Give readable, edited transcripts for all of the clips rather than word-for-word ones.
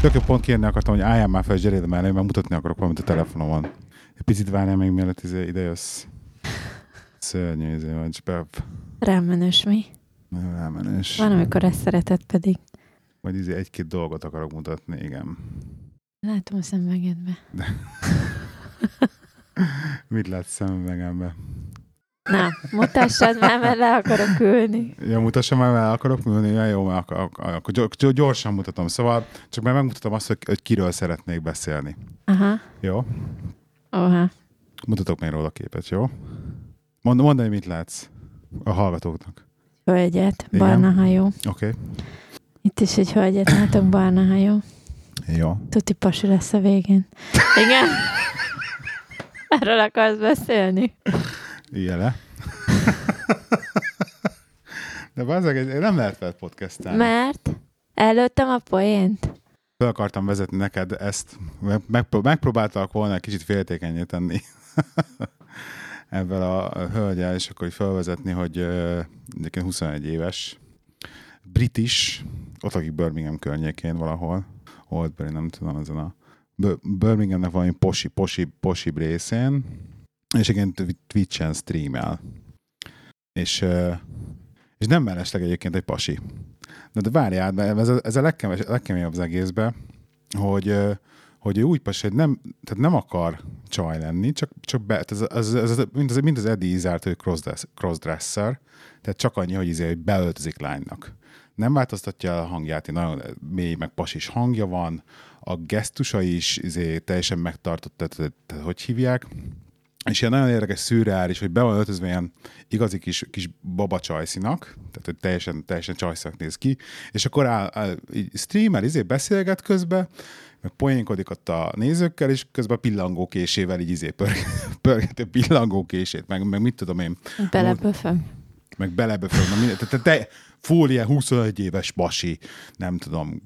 Tök jó, pont kérni akartam, hogy álljál már fel, és gyere mellé, mert mutatni akarok valamit a telefonomon. Egy picit várjál még, mielőtt ide jössz. Szörnyű, vagy Rámenős mi? nagyon rámenős. Van, amikor ezt szereted pedig. Vagy egy-két dolgot akarok mutatni, igen. Látom a szemüvegedbe. Mit látsz szemüvegembe? Na, mutassad már, mert le akarok ülni. Ja, mutassam már, mert akarok ülni? Ja, jó, mert akkor gyorsan mutatom. Szóval csak már megmutatom azt, hogy kiről szeretnék beszélni. Aha. Jó? Oha. Mutatok még róla képet, jó? Mondd, hogy mit látsz a hallgatóknak. Hölgyet, Igen. barna hajó. Oké. Okay. Itt is egy hölgyet látok, barna hajó. Jó. Tuti pasi lesz a végén. Igen? Erről akarsz beszélni? Ilyen le. De bazzeg, nem lehet fel podcastálni. Mert előttem a poént. Fel akartam vezetni neked ezt. Megpróbáltalak volna egy kicsit féltékenyé tenni ebben a hölgyel, és akkor felvezetni, hogy egyébként 21 éves, british, ott lakik Birmingham környékén valahol. Oldbury, nem tudom, ezen a Birminghamnek valami posi részén, és igen, Twitch-en streamel. És nem mellesleg egyébként egy pasi. De várjál, ez a legkeményebb az egészben, hogy ő úgy pasi, hogy nem akar csaj lenni, csak mint az Eddie Izzard, hogy crossdresser, tehát csak annyi, hogy beöltözik lánynak. Nem változtatja a hangját, nagyon mély, meg pasis hangja van, a gesztusa is teljesen megtartott, tehát hogy hívják, és ilyen nagyon érdekes, szürreális, hogy be van öltözve ilyen igazi kis baba csajszinak, tehát hogy teljesen csajszinak néz ki, és akkor így streamer, beszélget közben, meg poénkodik ott a nézőkkel, és közben a pillangókésével így pörgeti a pillangókését, meg mit tudom én. Beleböfög. Meg beleböfög. Tehát full ilyen 21 éves pasi, nem tudom,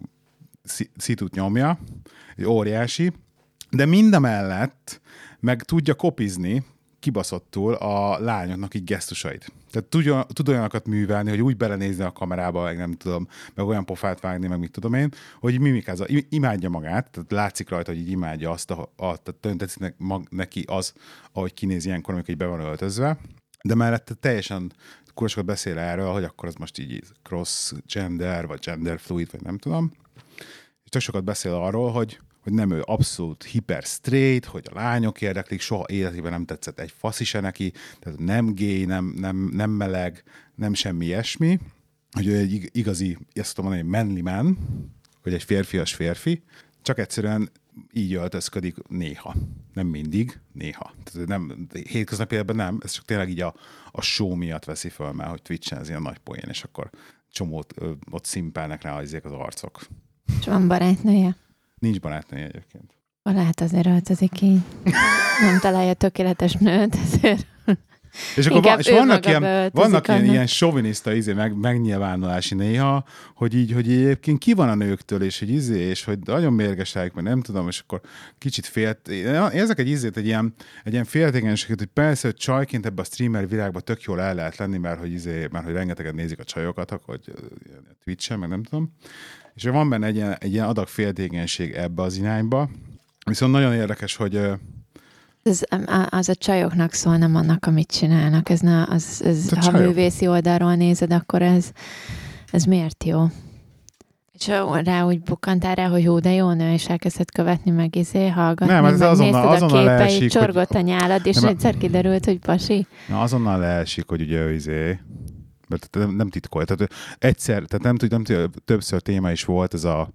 szitut nyomja, egy óriási, de mindemellett meg tudja kopizni kibaszottul a lányoknak így gesztusait. Tehát tud olyanokat művelni, hogy úgy belenézni a kamerába, meg nem tudom, meg olyan pofát vágni, meg mit tudom én, hogy mimikázza, imádja magát, tehát látszik rajta, hogy így imádja azt, tehát tetszik neki az, ahogy kinéz ilyenkor, amikor így be van öltözve, de mellette teljesen kursokat beszél erről, hogy akkor az most így cross-gender, vagy gender-fluid, vagy nem tudom. És tök sokat beszél arról, hogy nem ő abszolút hiper straight, hogy a lányok érdeklik, soha életében nem tetszett egy faszi se neki, tehát nem gay, nem meleg, nem semmi ilyesmi, hogy ő egy igazi, ezt tudom mondani, manly man, hogy egy férfias férfi, csak egyszerűen így öltözködik néha. Nem mindig, néha. Tehát nem, hétköznapi életben nem, ez csak tényleg így a show miatt veszi föl, mert hogy Twitch-en ez ilyen nagy poén, és akkor csomót ott szimpelnek rá az arcok. És van barátnője? Nincs barátnője egyébként. Lehet azért öltözik így. Nem találja tökéletes nőt, ezért. És akkor vannak ilyen soviniszta megnyilvánulási néha, hogy egyébként ki van a nőktől, és és hogy nagyon mérges rájuk, mert nem tudom, és akkor kicsit érzek egy egy ilyen féltékenységet, hogy persze, hogy csajként ebbe a streamer világban tök jól el lehet lenni, mert hogy rengeteget nézik a csajokat, hogy Twitch-en, meg nem tudom. És van benne egy ilyen adag féltékenység ebbe az irányba. Viszont nagyon érdekes, hogy az a csajoknak szól, nem annak, amit csinálnak. Ha művészi oldalról nézed, akkor ez miért jó? És rá úgy bukkantál rá, hogy jó, de jó nő, és elkezdett követni, meg hallgatni, nem, ez azonnal a képeit, leesik, csorgott a nyálad, és egyszer kiderült, hogy pasi. Na, azonnal leesik, hogy ugye mert nem titkolja. Tehát egyszer, tehát nem tudom, többször téma is volt ez a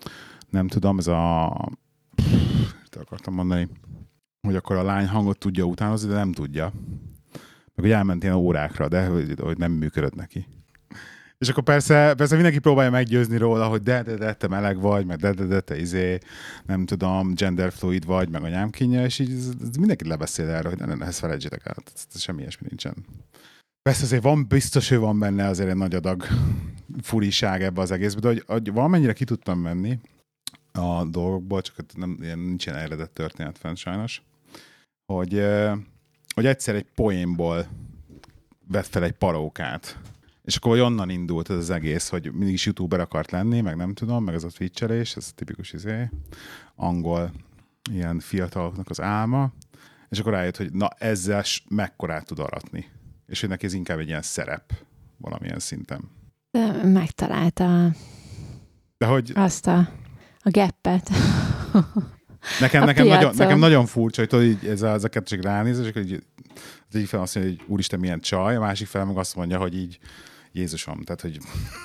akartam mondani, hogy akkor a lány hangot tudja utánozni, de nem tudja. Meg hogy elment ilyen órákra, de hogy nem működött neki. És akkor persze mindenki próbálja meggyőzni róla, hogy de te meleg vagy, meg de te nem tudom, genderfluid vagy, meg anyám kínja, és így mindenki lebeszél erről, hogy ezt felejtsétek el, semmi ilyesmi nincsen. Persze azért biztos, hogy van benne azért egy nagy adag furiság ebbe az egészbe, de hogy valamennyire ki tudtam menni a dolgokból, csak nincs ilyen eredett történet fenn sajnos, hogy egyszer egy poénból vett fel egy parókát, És akkor onnan indult ez az egész, hogy mindig is youtuber akart lenni, meg nem tudom, meg ez a twitchelés, ez a tipikus angol ilyen fiataloknak az álma, és akkor rájött, hogy na ezzel mekkorát tud aratni. És hogy neki ez inkább egy ilyen szerep valamilyen szinten. De megtalálta azt a geppet. Nekem nagyon furcsa, hogy tudod, így ez a kettőség ránéz, és akkor így, az egyik fel azt mondja, hogy úristen, milyen csaj, a másik fel meg azt mondja, hogy így Jézusom, tehát, hogy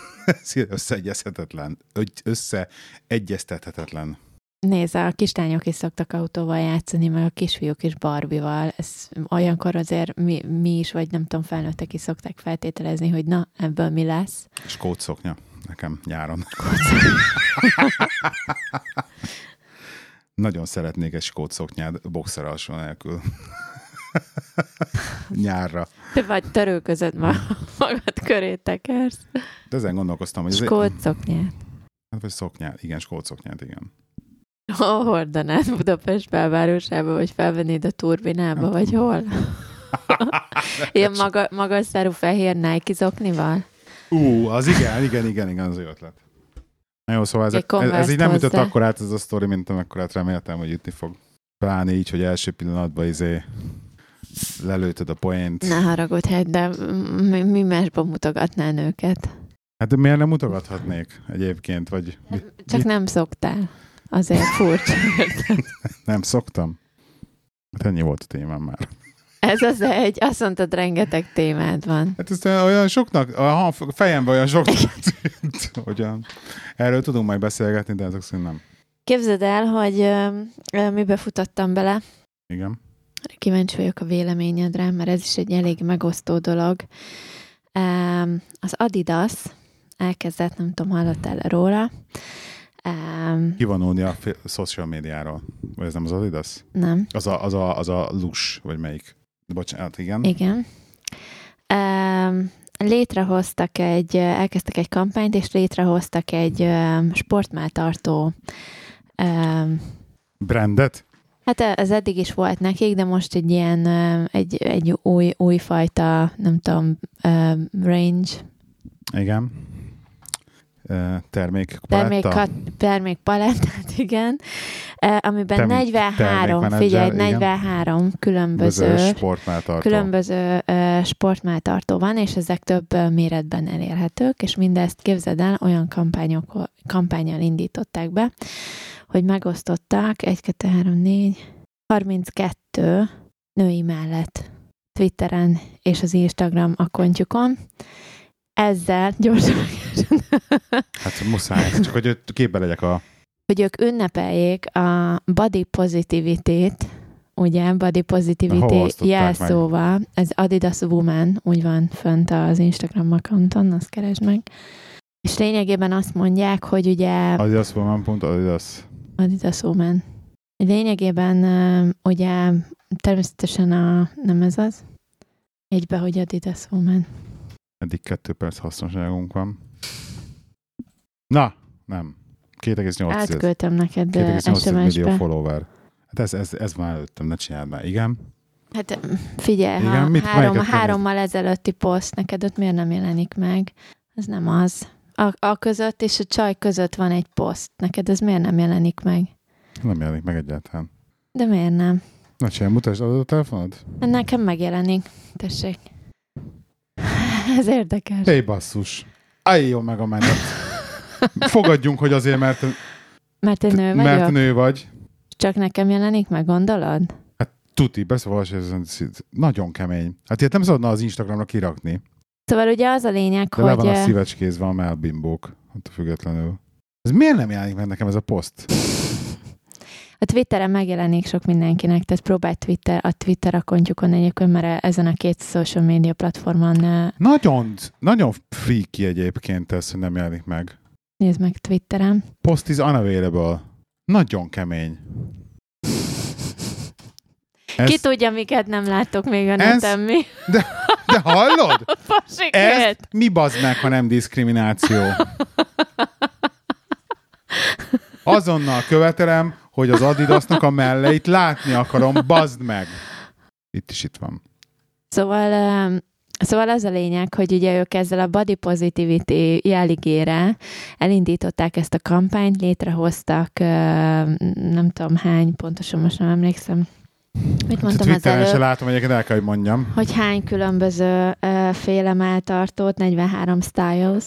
összeegyeztethetetlen. Nézd, a kislányok is szoktak autóval játszani, meg a kisfiúk is Barbie-val. Ez olyankor azért mi is, vagy nem tudom, felnőttek is szokták feltételezni, hogy na, ebből mi lesz. Skótszoknya nekem nyáron. Nagyon szeretnék egy skótszoknyát boxer alsó nélkül. Nyárra. Te vagy törölközöd magad köré tekersz. De ezen gondolkoztam, hogy... Skótszoknyát. Hát vagy szoknyát, igen, skótszoknyát, igen. Hol hordanád Budapest belvárosába, vagy felvennéd a turbinába, vagy hol? Ilyen magas szárú fehér Nike zoknival? Az igen, az jó ötlet. Na jó, szóval ez így nem ütött akkor át ez a sztori, mint amekkorát reméltem, hogy ütni fog. Pláne így, hogy első pillanatban lelőtöd a poént. Ne haragudj, de mi másban mutogatnál őket? Hát de miért nem mutogathatnék egyébként? Vagy csak nem szoktál. Azért furcsa. Nem szoktam? Hát ennyi volt a témám már. Ez az egy, azt mondtad, rengeteg témád van. Hát ezt olyan soknak, a fejemben olyan soknak tűnt, hogy erről tudunk majd beszélgetni, de ezek szerint nem. Képzeld el, hogy mibe futottam bele. Igen. Kíváncsi vagyok a véleményedre, mert ez is egy elég megosztó dolog. Az Adidas elkezdett, nem tudom, hallottál róla. Kivonulni a social médiáról. Vagy ez nem az Adidas? Nem. Az a Lush, vagy melyik? Bocsánat, igen. Igen. Elkezdtek egy kampányt, és létrehoztak egy sportmáltartó brandet? Hát ez eddig is volt nekik, de most egy ilyen egy újfajta, nem tudom, range. Igen. Termékpalettát, igen. Amiben 43 különböző sportmáltartó van, és ezek több méretben elérhetők, és mindezt képzeld el, olyan kampánnyal indították be, hogy megosztották 32 női mellett Twitteren és az Instagram akkontjukon. Ezzel gyorsan hát muszáj, csak hogy képbe legyek hogy ők ünnepeljék a body positivity-t, ugye, body positivity jelszóval. Ez Adidas Woman, úgy van fönt az Instagram accounton, azt keresd meg. És lényegében azt mondják, hogy ugye... Adidas Adidas Woman. Lényegében ugye természetesen nem ez az. Egybe, hogy Adidas Woman. Eddig 2 perc hasznosságunk van. Na, nem. 2,8. Átküldtem neked 2,8 millió SMS-be. follower. Hát ez már előttem, ne csináld már. Igen? Hát figyelj, igen, hárommal ezelőtti poszt, neked ott miért nem jelenik meg? Ez nem az. A között és a csaj között van egy poszt. Neked ez miért nem jelenik meg? Nem jelenik meg egyáltalán. De miért nem? Na csinálj, mutasd a telefonod? Nekem megjelenik. Tessék. Ez érdekes. Hé, basszus. Álljon meg a menet. Fogadjunk, hogy azért, mert nő vagy. Csak nekem jelenik meg, gondolod? Hát tuti, beszóval, ez nagyon kemény. Hát ilyet nem szabadna az Instagramra kirakni. Szóval ugye az a lényeg, de hogy... le van a szívecskézve a melbimbók, attól függetlenül. Ez miért nem jelenik meg nekem ez a poszt? A Twitteren megjelenik sok mindenkinek, tehát próbálj a Twitter akkontjukon egyébként, mert ezen a 2 social media platformon... Nagyon freaky egyébként ez, hogy nem jelenik meg. Nézd meg Twitteren. Post is unavailable. Nagyon kemény. Ki tudja, miket nem láttok még a neten, mi? De hallod? Ezt mi bazd meg, ha nem diszkrimináció? Azonnal követelem, hogy az Adidasnak a melleit látni akarom, bazd meg. Itt van. Szóval Szóval az a lényeg, hogy ugye ők ezzel a body positivity jelligére elindították ezt a kampányt, létrehoztak, nem tudom hány, pontosan most nem emlékszem. Mit mondtam az előbb? Se látom, egyébként el kell, hogy mondjam. Hogy hány különböző féle melltartót, 43 styles,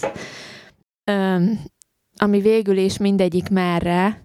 ami végül is mindegyik merre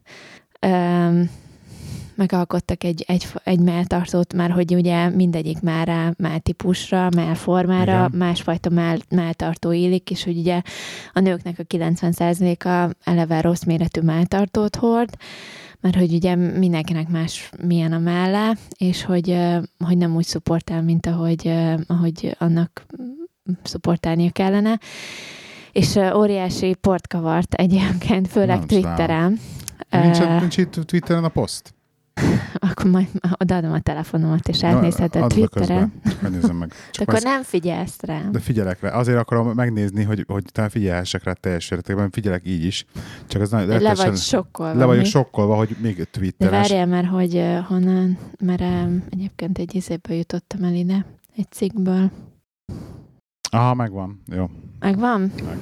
megalkottak egy melltartót, mert hogy ugye mindegyik már melltípusra, mellformára, igen, másfajta melltartó illik, és hogy ugye a nőknek a 90%-a eleve rossz méretű melltartót hord, mert hogy ugye mindenkinek más milyen a melle, és hogy nem úgy szupportál, mint ahogy annak szupportálnia kellene. És óriási port kavart egyébként, főleg nem Twitteren. Nincs itt Twitteren a poszt? Akkor majd odaadom a telefonomat, és átnézheted Twitteren. Megnézem meg. Akkor nem figyelsz rám. De figyelek rá. Azért akarom megnézni, hogy te figyelhessek rá teljes értékben. Figyelek így is. Csak az le vagy sokkolva. Le vagyok sokkolva, hogy még Twitteren. De várjál már, hogy honnan, mert egyébként egy izéből jutottam el ide. Egy cikkből. Aha, megvan. Jó. Megvan? Meg.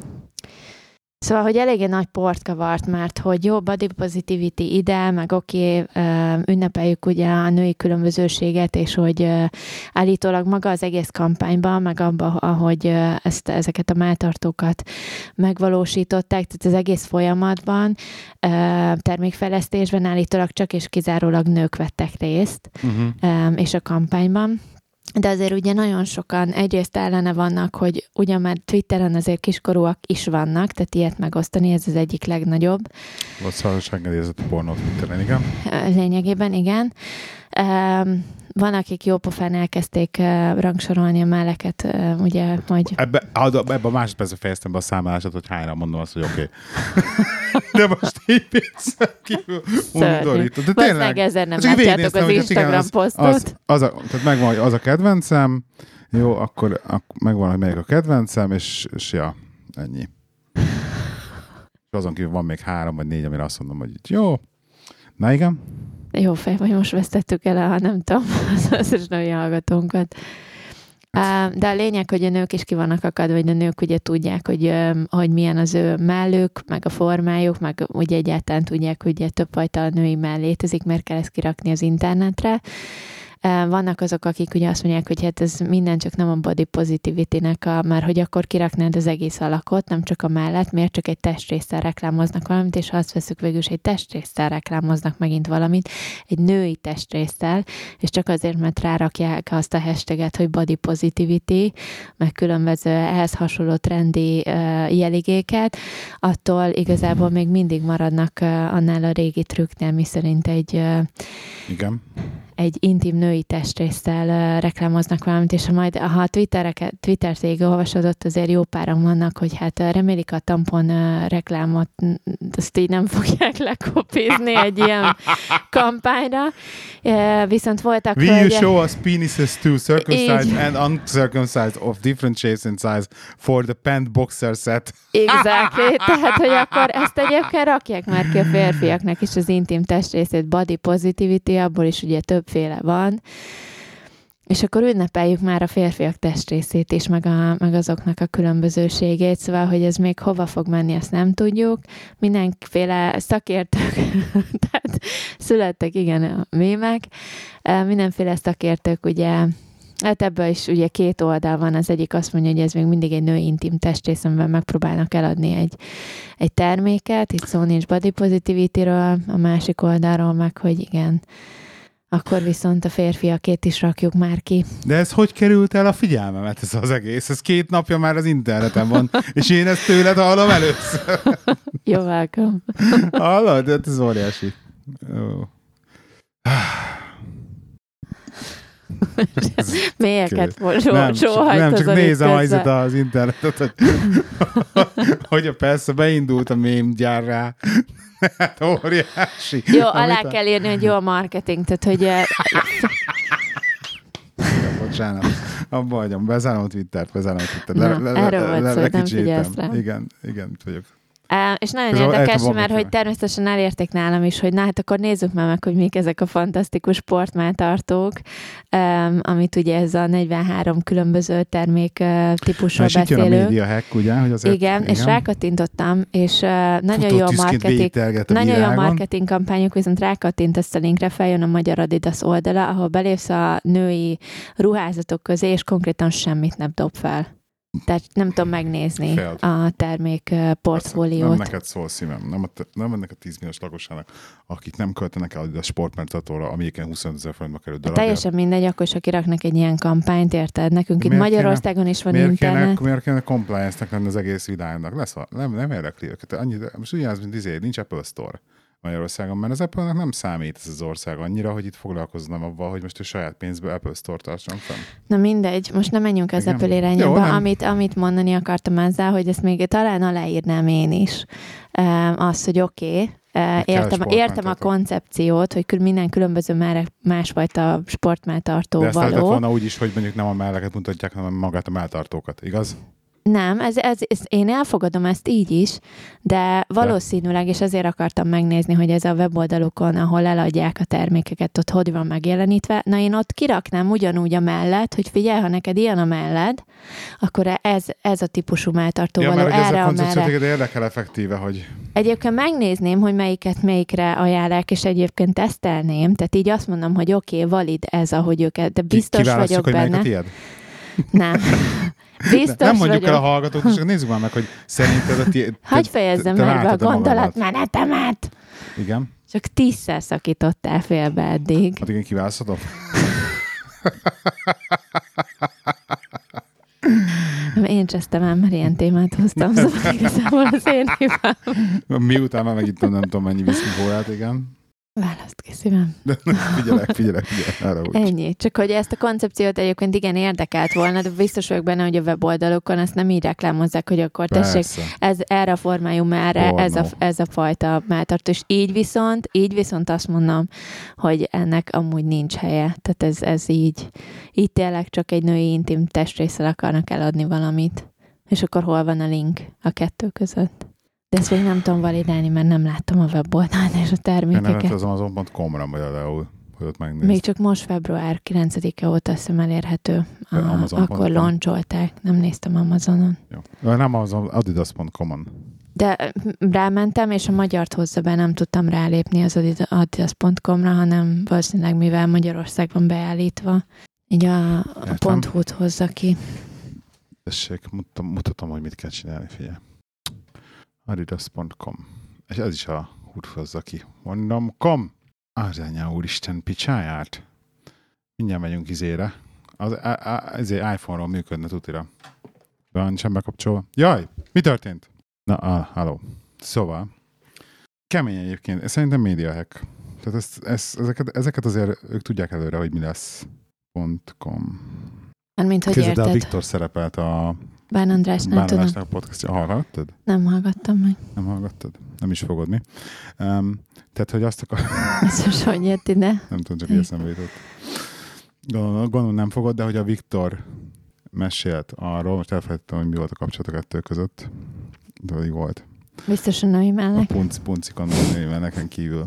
Szóval, hogy eléggé nagy port kavart, mert hogy jó, body positivity ide, meg oké, ünnepeljük ugye a női különbözőséget, és hogy állítólag maga az egész kampányban, meg abban, ahogy ezeket a melltartókat megvalósították, tehát az egész folyamatban, termékfejlesztésben állítólag csak és kizárólag nők vettek részt, és a kampányban. De azért ugye nagyon sokan egyrészt ellene vannak, hogy ugyan már Twitteren azért kiskorúak is vannak, tehát ilyet megosztani, ez az egyik legnagyobb. Vagy engedélyezett a pornót Twitteren, igen? Lényegében, igen. Van, akik jópofán elkezdték rangsorolni a melleket, ugye, majd... Ebbe a másodpercben fejeztem be a számolását, hogy hányra mondom azt, hogy oké. De most így pénzem kívül undorító. De tényleg, ezzel nem látjátok az Instagram posztot. Tehát megvan, hogy az a kedvencem, jó, akkor megvan, hogy melyik a kedvencem, és ja, ennyi. És azon kívül van még 3 vagy 4, amire azt mondom, hogy jó. Na igen. Jó fej, vagy most vesztettük el nem tudom, az összes női hallgatónkat. De a lényeg, hogy a nők is ki vannak akadva, vagy a nők ugye tudják, hogy milyen az ő mellük, meg a formájuk, meg ugye egyáltalán tudják, hogy ugye többfajta női mell létezik, mert kell ezt kirakni az internetre. Vannak azok, akik ugye azt mondják, hogy hát ez minden csak nem a body positivity-nek, mert hogy akkor kiraknád az egész alakot, nem csak a mellett, miért csak egy testrészsel reklámoznak valamit, és ha azt veszük végül is, egy testrészsel reklámoznak megint valamit, egy női testrészsel, és csak azért, mert rárakják azt a hashtaget, hogy body positivity, meg különböző ehhez hasonló trendi jeligéket, attól igazából még mindig maradnak annál a régi trükknél, miszerint igen, egy intim női testrészsel reklámoznak valamit, és ha a Twittert végig olvasod, ott azért jó páran vannak, hogy hát remélik a tampon reklámot, azt így nem fogják lekopizni egy ilyen kampányra. Viszont voltak... Will you show us penises too, circumcised and uncircumcised of different shapes and size for the pant boxer set? Exactly. Tehát, hogy akkor ezt egyébként rakják már ki a férfiaknak is az intim testrészét, body positivity, abból is ugye többféle van, és akkor ünnepeljük már a férfiak testrészét is, meg azoknak a különbözőségét, szóval, hogy ez még hova fog menni, azt nem tudjuk. Mindenféle szakértők, tehát születtek, igen, a mémek, mindenféle szakértők, ugye, hát ebből is ugye 2 oldal van, az egyik azt mondja, hogy ez még mindig egy női intim testrész, amiben megpróbálnak eladni egy terméket, itt szó nincs body positivity-ről, a másik oldalról meg, hogy igen, akkor viszont a férfiakét is rakjuk már ki. De ez hogy került el a figyelmemet, ez az egész? Ez 2 napja már az interneten van, és én ezt tőled hallom először. You're welcome. Hallod? De ez óriási. Mélyeket nem, csak nézem az internetet, hogy persze beindult a mém-gyár rá. Hát óriási. Jó, alá kell írni, hogy jó a marketing, tehát hogy... Bocsánat, abba hagyom, bezárom a Twittert. Erről volt szó, nem figyelsz rá. Igen, itt vagyok. És nagyon érdekes, mert hogy természetesen elérték nálam is, hogy na hát akkor nézzük már meg, hogy mik ezek a fantasztikus sportmáltartók, amit ugye ez a 43 különböző termék típusról beszélő. És itt jön a média hack, ugye? Hogy azért, igen, és rákattintottam, és nagyon jó marketing kampányok, viszont rákattintasz a linkre, feljön a Magyar Adidas oldala, ahol belépsz a női ruházatok közé, és konkrétan semmit nem dob fel. Tehát nem tudom megnézni a termék portfóliót. Nem neked szól, szívem. Nem ennek a 10 milliós lakosának, akik nem költenek el a sportmártatóra, amelyiken 25 000 forintba kerül darabja. Teljesen mindegy, akkor is, aki raknak egy ilyen kampányt, érted? Nekünk itt Magyarországon is van internet. Miért kéne compliance-nek lenni az egész világnak? Nem érdekli őket. Most ugyanaz, mint nincs Apple Store Magyarországon, mert az Apple-nek nem számít ez az ország annyira, hogy itt foglalkoznam avval, hogy most ő saját pénzből Apple Store tartson fenn. Na mindegy, most nem menjünk az Apple irányába, amit mondani akartam ezzel, hogy ezt még talán aláírnám én is. Az, hogy oké, értem a koncepciót, hogy minden különböző másfajta sportmelltartó való. De ezt lehetett volna úgy is, hogy mondjuk nem a melleket mutatják, hanem magát a melltartókat, igaz? Nem, én elfogadom ezt így is, de valószínűleg, és azért akartam megnézni, hogy ez a weboldalukon, ahol eladják a termékeket, ott hogy van megjelenítve. Na én ott kiraknám ugyanúgy a mellett, hogy figyelj, ha neked ilyen a melled, akkor ez a típusú melltartó való erre a mellett. Ja, mert ez a koncepció érdekel effektíve, hogy... Egyébként megnézném, hogy melyiket melyikre ajánlják, és egyébként tesztelném. Tehát így azt mondom, hogy oké, valid ez, ahogy őket, de biztos vagyok benne. Hogy melyiket nem. Biztos nem mondjuk vagyok. el a hallgatóknak, csak nézzük már meg, hogy szerinted a Hagyj fejezzem meg be a gondolatmenetemet! Igen? Csak 10-szer szakítottál félbe eddig. Addig én kiválaszthatom? Én csesztem ám, mert ilyen témát hoztam, szóval igazából az én hibám. Miután már megittem, nem tudom mennyi viszkifórát, igen. Választ ki szívem. Figyelek, arra úgy. Ennyi. Csak hogy ezt a koncepciót egyébként igen érdekelt volna, de biztos vagyok benne, hogy a weboldalokon ezt nem így reklámozzák, hogy akkor tessék, ez erre a formájú merre, ez a fajta melltartó. És így viszont azt mondom, hogy ennek amúgy nincs helye. Tehát ez így tényleg csak egy női intim testrésszel akarnak eladni valamit. És akkor hol van a link a kettő között? De ezt még nem tudom validálni, mert nem láttam a weboldalt és a termékeket. Nem az Amazon.com-ra magyarul, hogy ott megnézd. Még csak most február 9-e óta azt hiszem elérhető. Akkor launcholták. Nem néztem Amazonon. Jó. Nem az Adidas.com-on. De rámentem, és a magyart hozza be, nem tudtam rálépni az Adidas.com-ra, hanem valószínűleg mivel Magyarországon beállítva, így a .hu-t hozza ki. Tessék, mutatom, hogy mit kell csinálni, figyelj. Adidas.com. És ez is a húr hozza ki. Mondom, Ázsánya úristen picsáját. Mindjárt megyünk izére. Az iPhone-ról működne tutira. De nincsen bekapcsolva. Jaj, mi történt? Na, halló. Szóval, kemény egyébként. Ez szerintem média hack. Tehát ezeket azért ők tudják előre, hogy mi lesz. .com. Mint hogy érted? De a Viktor szerepelt a Bán Andrásnak a podcastja. Hallgattad? Nem hallgattam meg. Nem hallgattad? Nem is fogod mi. Tehát, hogy azt akar... Ez most hogy jött ide? Nem tudom, csak így eszembe jutott. Gondolom nem fogod, de hogy a Viktor mesélt arról, most elfelejtettem, hogy mi volt a kapcsolat a kettő között, de így volt. Biztos a női mellek. A puncikon női melleken kívül.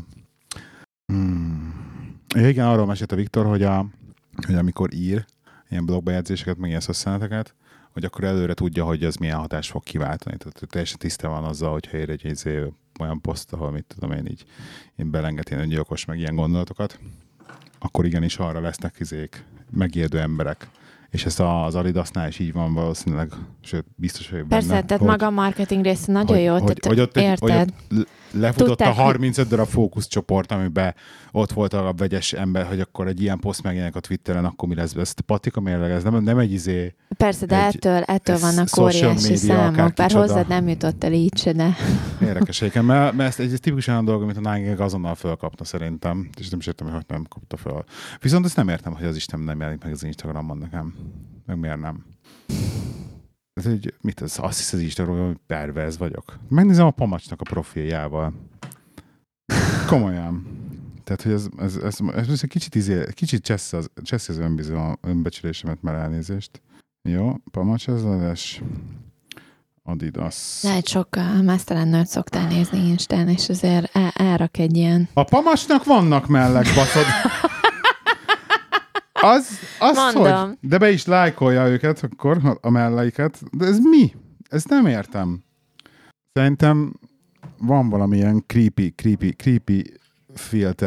Ja, igen, arról mesélt a Viktor, hogy amikor ír ilyen blogbejegyzéseket, meg ilyen szösszeneteket, hogy akkor előre tudja, hogy ez milyen hatást fog kiváltani. Tehát teljesen tiszta van azzal, hogyha ér egy olyan poszt, ahol mit tudom én belenget ilyen öngyilkos, meg ilyen gondolatokat, akkor igenis arra lesznek megijedő emberek. És ez az Adidasnál is így van valószínűleg, sőt, biztos vagyok benne. Persze, tehát maga a marketing része nagyon jó, hogy ott érted. Lefutott tudták, a 35 darab fókuszcsoport, amiben ott volt a vegyes ember, hogy akkor egy ilyen poszt megjelenik a Twitteren, akkor mi lesz? Ezt patika mérleg, ez nem egy Persze, de ettől vannak óriási számok, bár hozzád nem jutott el így se, de... Érdekes egyébként, mert ez egy tipikusan olyan dolog, amit a Nike azonnal fölkapna szerintem, és nem is értem, hogy nem kapta föl. Viszont ezt nem értem, hogy az Isten nem jelenik meg az Instagramon nekem. Meg miért nem? Ez egy, mit az? Azt hisz az Instagramon, hogy perverz vagyok. Megnézem a Pamacsnak a profiljával. Komolyan. Tehát, hogy ez kicsit cseszi az önbecsülésemet, már elnézést. Jó, Pamacs ez adás. Adidas. Lehet sok Mastelen Nerd szoktál nézni Instán, és azért elrak egy ilyen... A Pamasnak vannak mellek, baszod. Az hogy? De be is lájkolja őket akkor, a melleiket. De ez mi? Ezt nem értem. Szerintem van valamilyen creepy filter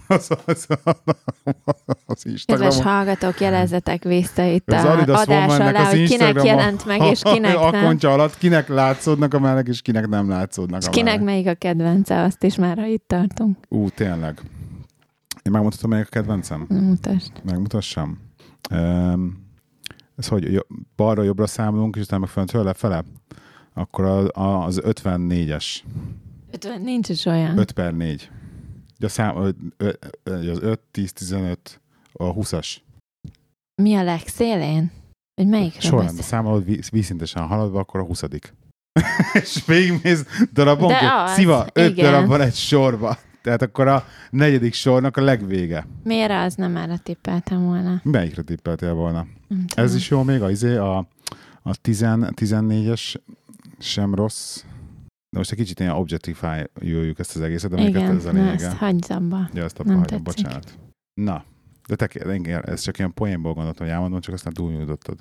az Instagramon. Kedves hallgatók, jelezzetek vissza itt a adás alá, hogy kinek jelent meg, és kinek nem. A koncsa alatt kinek látszódnak a mellek, és kinek nem látszódnak a mellek. Kinek melyik a kedvence, azt is már, ha itt tartunk. Tényleg. Én megmutatom, melyik a kedvencem? Mutasd. Megmutassam. Ez hogy balra-jobbra számolunk, és utána meg föntről lefele? Akkor az 54-es. 50 nincs is olyan. 5/4. Az 5, 10, 15, a 20-as. Mi a legszélén? Hogy melyikről sorrendben számolod vízszintesen haladva, akkor a 20. És végigmész darabonként. Sziva, 5 darab van egy sorba. Tehát akkor a 4. sornak a legvége. Miért az nem erre tippeltem volna? Melyikre tippeltél volna? Ez is jó még, a 14-es sem rossz. De most egy kicsit ilyen objectify-jóljuk ezt az egészet, de igen, ez a lényege. Igen, ezt hagyd abba. Ja, ezt abba hagyom, bocsánat. Na, de ez csak ilyen poénból gondoltam, hogy elmondom, csak aztán túlnyújtottad.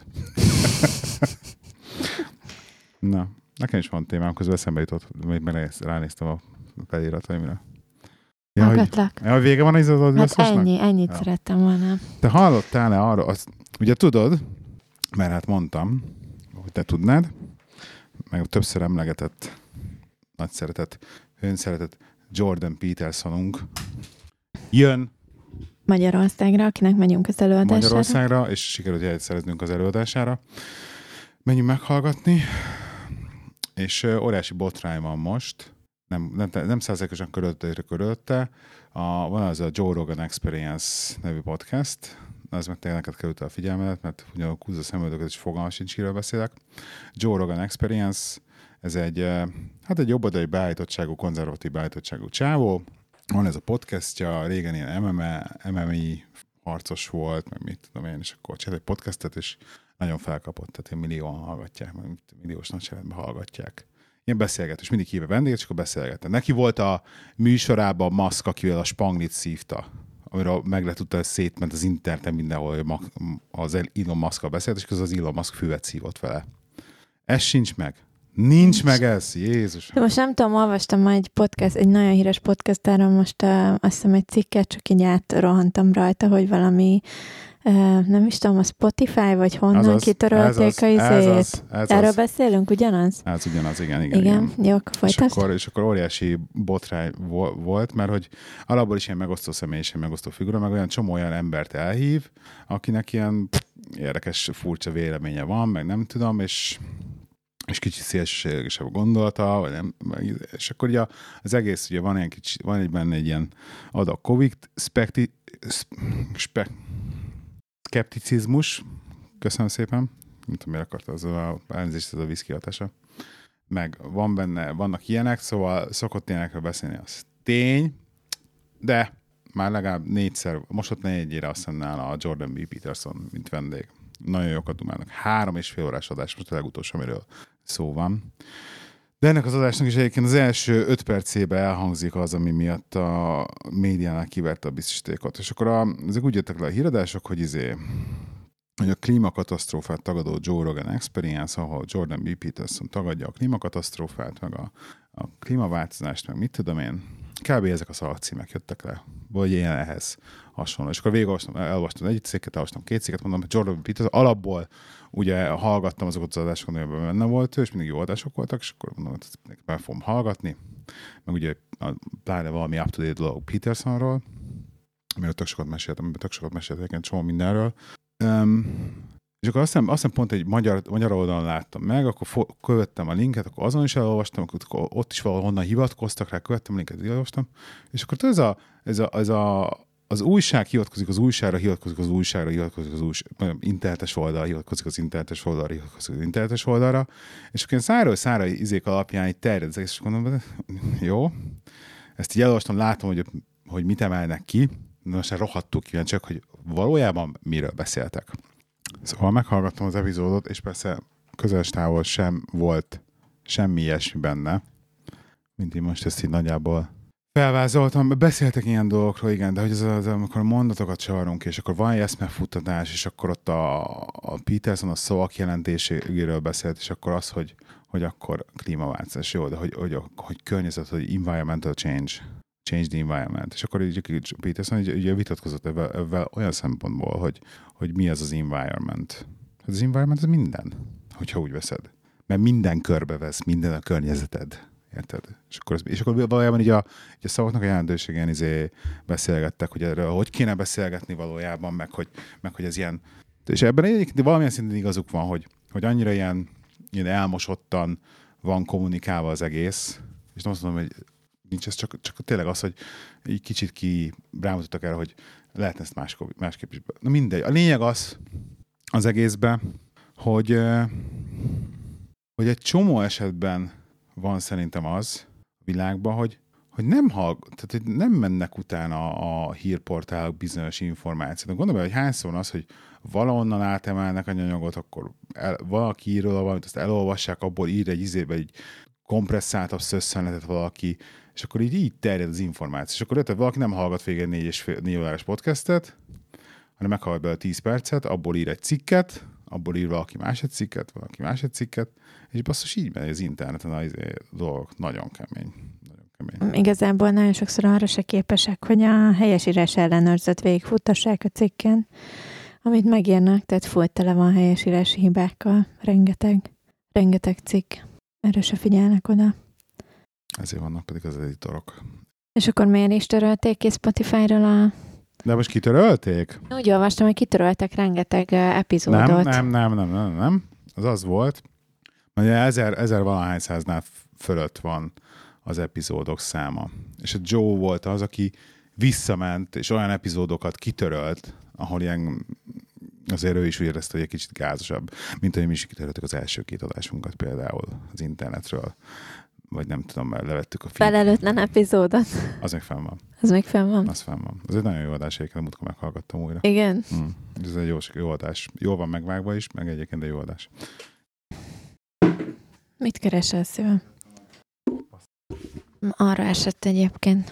Na, nekem is van témám, közben eszembe jutott, még ránéztem a felirataimra. Hallgatlak. Ja, vége van az összesnek? Ennyit szerettem volna. Te hallottál-e arra, ugye tudod, mert hát mondtam, hogy te tudnád, meg többször emlegetett, nagy szeretet, önszeretett Jordan Petersonunk jön Magyarországra, akinek megyünk az előadására. Magyarországra, és sikerült jegyet szereznünk az előadására. Menjünk meghallgatni, és óriási botrány van most, nem 100%-osan körülötte. Van az a Joe Rogan Experience nevű podcast, az meg tényleg került a figyelmedet, mert ugyanúgy húzza a szemöldöket, és fogalmam sincs, kiről beszélek. Joe Rogan Experience, ez egy jobboldali beállítottságú, konzervatív beállítottságú csávó. Van ez a podcastja, régen ilyen MMA harcos volt, meg mit tudom én, és akkor csinált egy podcastet, és nagyon felkapott, tehát ilyen millióan hallgatják, meg milliós nagyságrendben hallgatják. Ilyen beszélgetés, mindig híve vendéget, és akkor beszélgetett. Neki volt a műsorában Musk, akivel a Spanglit szívta, amiről meg le tudta, szétment az interneten mindenhol, az Elon Musk-kal beszélt, és közben az Elon Musk füvet szívott vele. Ez sincs meg. Nincs meg ez, Jézus. De most nem tudom, olvastam már egy nagyon híres podcastára, most azt hiszem egy cikket, csak így átrohantam rajta, hogy valami, nem is tudom, a Spotify, vagy honnan kitörölték a izét. Erről beszélünk, ugyanaz? Ez ugyanaz, igen. Jó, akkor folytasd. És akkor óriási botrány volt, mert hogy alapból is ilyen megosztó személyiség, megosztó figura, meg olyan embert elhív, akinek ilyen érdekes, furcsa véleménye van, meg nem tudom, és kicsit szélsőségesebb gondolata, vagy nem, és akkor ugye az egész, ugye van benne egy ilyen adag Covid szkepticizmus, köszönöm szépen, nem tudom, miért akarta az elnézést, ez a viszki hatása, meg vannak ilyenek, szóval szokott ilyenekről beszélni, az tény, de már legalább 4-szer, most ott 4-ére azt hiszem a Jordan B. Peterson, mint vendég. Nagyon jókat dumálnak. 3,5 órás adás, most a legutolsó, amiről szó van. De ennek az adásnak is egyébként az első 5 percében elhangzik az, ami miatt a médiánál kiverte a biztosítékot. És akkor ezek úgy jöttek le a híradások, hogy a klímakatasztrófát tagadó Joe Rogan Experience, ahol Jordan B. Peterson tagadja a klímakatasztrófát, meg a klímaváltozást, meg mit tudom én. Kb. Ezek a szalagcímek jöttek le, vagy ilyen ehhez hasonló. És akkor végig elolvastam egy cikket, elolvastam 2 cikket, mondom, hogy Jordan B. Peterson alapból ugye hallgattam azokat az adásokat, amiben benne volt ő, és mindig jó adások voltak, és akkor mondom, hogy meg fogom hallgatni. Meg ugye pláne valami up-to-date dolog Petersonról, amiről tök sokat meséltem, csomó mindenről. És akkor azt hiszem pont egy magyar oldalon láttam meg, akkor követtem a linket, akkor azon is elolvastam, akkor ott is valahonnan hivatkoztak rá, követtem a linket, elolvastam, és akkor ez az újság hivatkozik az újságra, hivatkozik az újságra, internetes oldalra, hivatkozik az internetes oldalra, hivatkozik az internetes oldalra, és akkor száról szára izék alapján így terjed, és mondom, jó, ezt így elolvastam, látom, hogy mit emelnek ki, de most rohadtul kíváncsiak, hogy valójában miről beszéltek. Szóval meghallgattam az epizódot, és persze közel távol sem volt semmi ilyesmi benne, mint én most ezt így nagyjából felvázoltam. Beszéltek ilyen dolgokról, igen, de hogy amikor a mondatokat csavarunk, és akkor van eszmefuttatás, és akkor ott a Peterson a szavak jelentéséről beszélt, és akkor az, hogy akkor klímaváltozás, jó, de hogy környezet, hogy environmental change the environment. És akkor így Peterson így vitatkozott ebben olyan szempontból, hogy mi az environment. Az environment az minden, hogyha úgy veszed. Mert minden körbevesz, minden a környezeted. Érted? És akkor valójában így a szavaknak a jelentőségén beszélgettek, hogy erről hogy kéne beszélgetni valójában, meg hogy ez ilyen... És ebben egyébként valamilyen szinten igazuk van, hogy annyira ilyen elmosottan van kommunikálva az egész, és nem azt mondom, hogy nincs ez csak tényleg az, hogy így kicsit rámutattak erre, hogy lehetne ezt másképp is. Na mindegy. A lényeg az egészben, hogy egy csomó esetben van szerintem az a világban, hogy tehát nem mennek utána a hírportálok bizonyos információt. Gondolom, hogy hányszor az, hogy valahonnan átemelnek egy anyagot, akkor valaki ír valamit, azt elolvassák, abból ír egy kompresszáltabb szösszenetet valaki, és akkor így terjed az információ. És akkor lehet, hogy valaki nem hallgat végig egy 4 órás podcastet, hanem meghallgat belőle 10 percet, abból ír egy cikket, abból ír valaki más egy cikket, és basszus így megy az interneten a dolgok. Nagyon kemény. Igazából nagyon sokszor arra se képesek, hogy a helyesírás ellenőrzött végigfuttassák a cikken, amit megírnak, tehát full tele van helyesírási hibákkal. Rengeteg cikk. Erre se figyelnek oda. Ezért vannak pedig az editorok. És akkor miért is törölték ki Spotify-ról De most kitörölték? Úgy olvastam, hogy kitöröltek rengeteg epizódot. Nem. Az volt, hogy 1000 valahány száznál fölött van az epizódok száma. És a Joe volt az, aki visszament, és olyan epizódokat kitörölt, ahol ilyen, azért ő is úgy érezte, hogy egy kicsit gázosabb, mint hogy mi is kitöröltük az első 2 adásunkat például az internetről. Vagy nem tudom, mert levettük a felelőtlen epizódot. Az még fenn van. Az fenn van. Az egy nagyon jó adás, egyébként múltkor meghallgattam újra. Igen? Ez egy jó adás. Jól van megvágva is, meg egyébként egy jó adás. Mit keresel, szívem? Arra esett egyébként.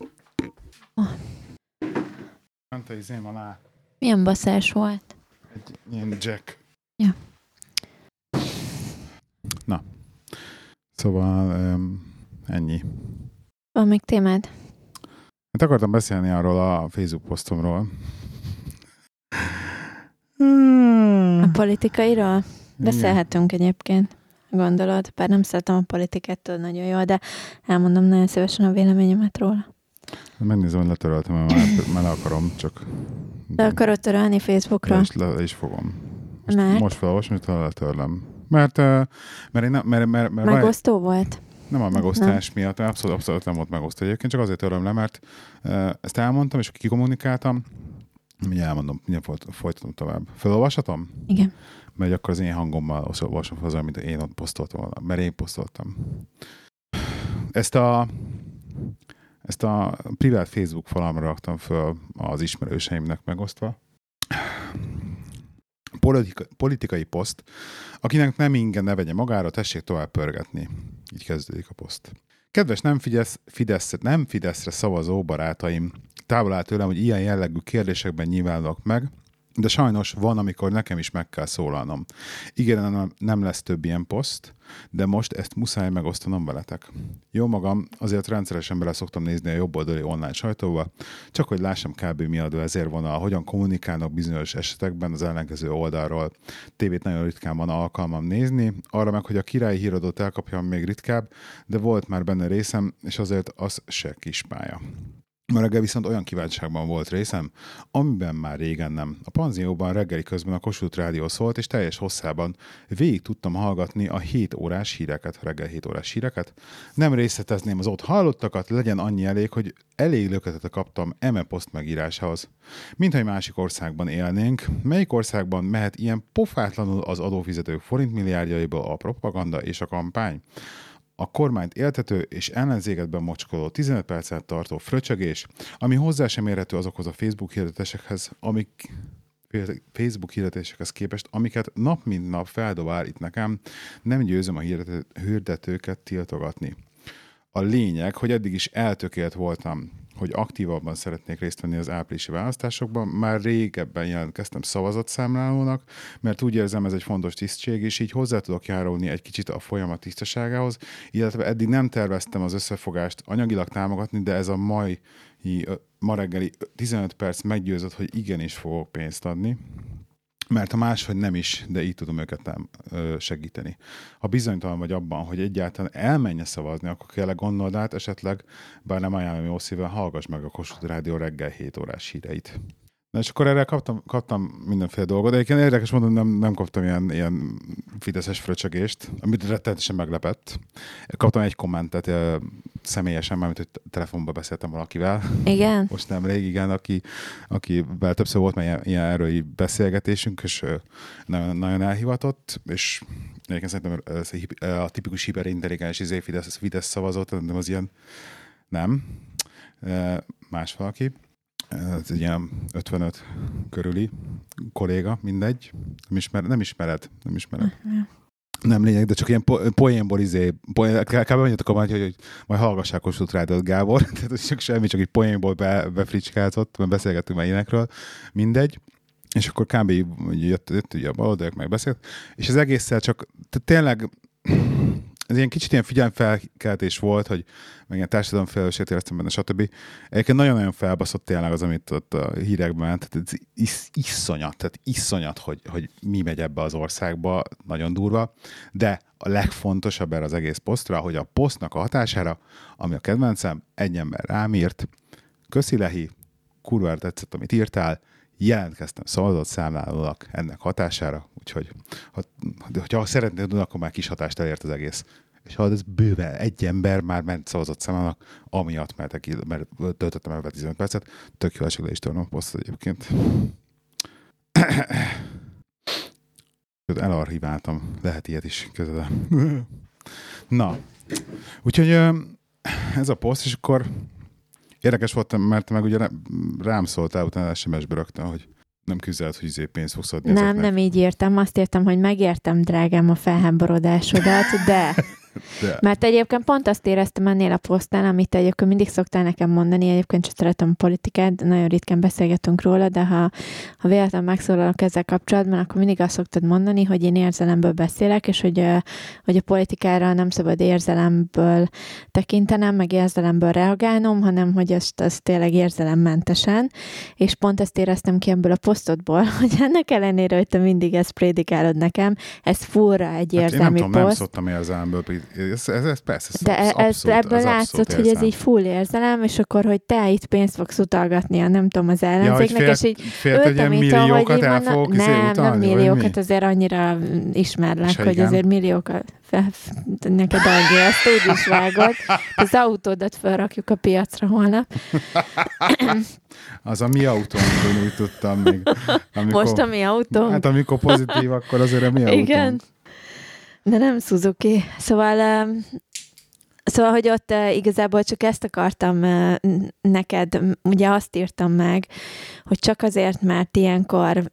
Ment a izém alá. Milyen baszás volt? Egy ilyen jack. Ja. Na. Szóval ennyi. Van még témád? Hát akartam beszélni arról a Facebook posztomról. A politikairól? Beszélhetünk egyébként, gondolod. Bár nem szeretem a politikát, tudod nagyon jól, de elmondom nagyon szívesen a véleményemet róla. Megnézem, hogy letöröltem, mert le akarom, csak... Le akarod törölni Facebookra? Le is fogom. Mert? Most felolvasom, hogy letörlöm. Mert én megosztó volt? Nem a megosztás miatt, abszolút nem volt megosztó egyébként, csak azért törlöm le, mert ezt elmondtam, és akkor kikommunikáltam, mindjárt elmondom, mindjárt folytatom tovább. Felolvashatom? Igen. Mert akkor az én hangommal olvasom hozzá, mint én ott posztoltam volna, mert én posztoltam. Ezt a privát Facebook falamra raktam föl az ismerőseimnek megosztva. Politikai poszt. Akinek nem ingen ne vegye magára, tessék tovább pörgetni. Így kezdődik a poszt. Kedves nem Fideszre szavazó barátaim, távol áll tőlem, hogy ilyen jellegű kérdésekben nyilvánulok meg, de sajnos van, amikor nekem is meg kell szólalnom. Igen, nem lesz több ilyen poszt, de most ezt muszáj megosztanom veletek. Jó magam, azért rendszeresen bele szoktam nézni a jobboldali online sajtóba, csak hogy lássam kb. Mi a vezérvonal, hogyan kommunikálnak bizonyos esetekben az ellenkező oldalról. Tévét nagyon ritkán van alkalmam nézni, arra meg, hogy a királyi híradót elkapjam még ritkább, de volt már benne részem, és azért az se kis pálya. Ma reggel viszont olyan kívánságban volt részem, amiben már régen nem. A panzióban reggeli közben a Kossuth Rádió szólt, és teljes hosszában végig tudtam hallgatni a 7 órás híreket, reggel 7 órás híreket. Nem részletezném az ott hallottakat, legyen annyi elég, hogy elég löketet kaptam eme poszt megírásához. Mintha egy másik országban élnénk, melyik országban mehet ilyen pofátlanul az adófizetők forintmilliárdjaiból a propaganda és a kampány? A kormányt éltető és ellenzéketben mocskoló 15 percet tartó fröcsögés, ami hozzá sem érhető azokhoz a Facebook hirdetésekhez, amik Facebook hirdetésekhez képest, amiket nap mint nap feldobál itt nekem, nem győzöm a hirdetőket tiltogatni. A lényeg, hogy eddig is eltökélt voltam, hogy aktívabban szeretnék részt venni az áprilisi választásokban. Már régebben jelentkeztem szavazatszámlálónak, mert úgy érzem, ez egy fontos tisztség, és így hozzá tudok járulni egy kicsit a folyamat tisztaságához, illetve eddig nem terveztem az összefogást anyagilag támogatni, de ez a ma reggeli 15 perc meggyőzött, hogy igenis fogok pénzt adni, mert ha máshogy nem is, de így tudom őket segíteni. Ha bizonytalan vagy abban, hogy egyáltalán elmenj szavazni, akkor kell gondold át esetleg, bár nem ajánlom jó szívvel, hallgass meg a Kossuth Rádió reggel 7 órás híreit. Na és akkor erre kaptam mindenféle dolgot, de egyébként érdekes módon nem kaptam ilyen fideszes fröcsögést, amit rettenetesen meglepett. Kaptam egy kommentet személyesen, mármint, hogy telefonban beszéltem valakivel. Igen? Most nemrég, igen, akivel többször volt már ilyen erői beszélgetésünk, és nagyon elhivatott, és egyébként szerintem ez a tipikus hiperintelligens Fidesz szavazott, nem az ilyen, nem, más valaki. Ez egy ilyen 55 körüli kolléga, mindegy. Nem ismered. Nem lényeg, de csak ilyen poénból kb. Annyit akarom, hogy majd hallgassák Kossuth Rádiót, Gábor. Tehát csak semmi, csak egy poénból befricskázott, mert beszélgettünk már ilyenekről, mindegy. És akkor kb. Jött ugye a baloldalak, meg beszélt. És az egésszel csak tényleg ez ilyen kicsit ilyen figyelmfelkeltés volt, hogy meg ilyen társadalomfelelősséget éreztem benne, stb. Egyébként nagyon-nagyon felbaszott tényleg az, amit ott a hírekben ment. Tehát iszonyat, hogy mi megy ebbe az országba, nagyon durva. De a legfontosabb erre az egész posztra, hogy a posztnak a hatására, ami a kedvencem, egy ember rám írt, köszi Lehi, kurvára tetszett, amit írtál, jelentkeztem szavazatszámlálónak ennek hatására, úgyhogy ha szeretnéd tudni, akkor már kis hatást elért az egész. És ha ez bőven egy ember már ment szavazatszámlálónak, amiatt, mert töltöttem el 15 percet, tök jó esik le is törnöm a posztot egyébként. Elarchiváltam, lehet ilyet is közben. Na, úgyhogy ez a poszt, és akkor érdekes volt, mert meg ugye rám szóltál utána SMS-be rögtön, hogy nem küzdelt, hogy pénzt fogsz adni. Nem így írtam. Azt írtam, hogy megértem, drágám, a felháborodásodat, de... Mert egyébként pont azt éreztem ennél a posztán, amit egyébként mindig szoktál nekem mondani, egyébként csak szeretem a politikát, de nagyon ritkán beszélgetünk róla, de ha véletlenül megszólalok ezzel kapcsolatban, akkor mindig azt szoktad mondani, hogy én érzelemből beszélek, és hogy a politikára nem szabad érzelemből tekintenem, meg érzelemből reagálnom, hanem hogy azt tényleg érzelemmentesen, és pont ezt éreztem ki ebből a posztodból, hogy ennek ellenére, hogy te mindig ezt prédikálod nekem, ez furra egy érzelmi poszt. Nem szoktam érzelemből. Ez persze, de ebből látszott, hogy ez így full érzelem, és akkor, hogy te itt pénzt fogsz utalgatni, nem tudom, az ellenzéknek, és így ültem itt, hogy nem milliókat, azért annyira ismerlek, hogy azért milliókat neked Angi, ezt úgy is vágod. Az autódat felrakjuk a piacra holnap. Az a mi autónk, úgy tudtam még. Most a mi autónk? Hát amikor pozitív, akkor azért a mi autónk. Igen. De nem Suzuki. Szóval, hogy ott igazából csak ezt akartam neked, ugye azt írtam meg, hogy csak azért, mert ilyenkor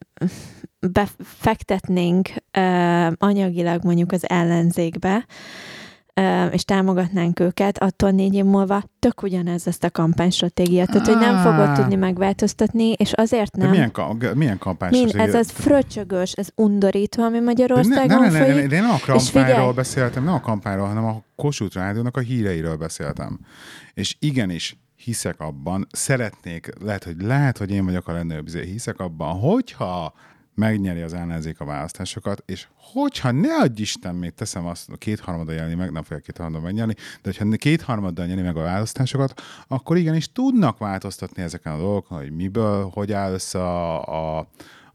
befektetnénk anyagilag mondjuk az ellenzékbe, és támogatnánk őket, attól 4 év múlva tök ugyanez ezt a kampánystratégiát. Tehát, hogy nem fogod tudni megváltoztatni, és azért nem. De milyen kampánystratégia? Ez az fröcsögös, ez undorító, ami Magyarországon folyik. Én nem a kampányról beszéltem, nem a kampányról, hanem a Kossuth Rádiónak a híreiről beszéltem. És igenis, hiszek abban, lehet, hogy én vagyok a legnagyobb, hiszek abban, hogyha megnyeri az ellenzék a választásokat, és hogyha ne adj Isten, még teszem azt, 2/3 nyerni meg, nem fogja 2/3 megnyerni, de hogyha 2/3 nyeri meg a választásokat, akkor igenis tudnak változtatni ezeken a dolgokon, hogy miből, hogy áll össze a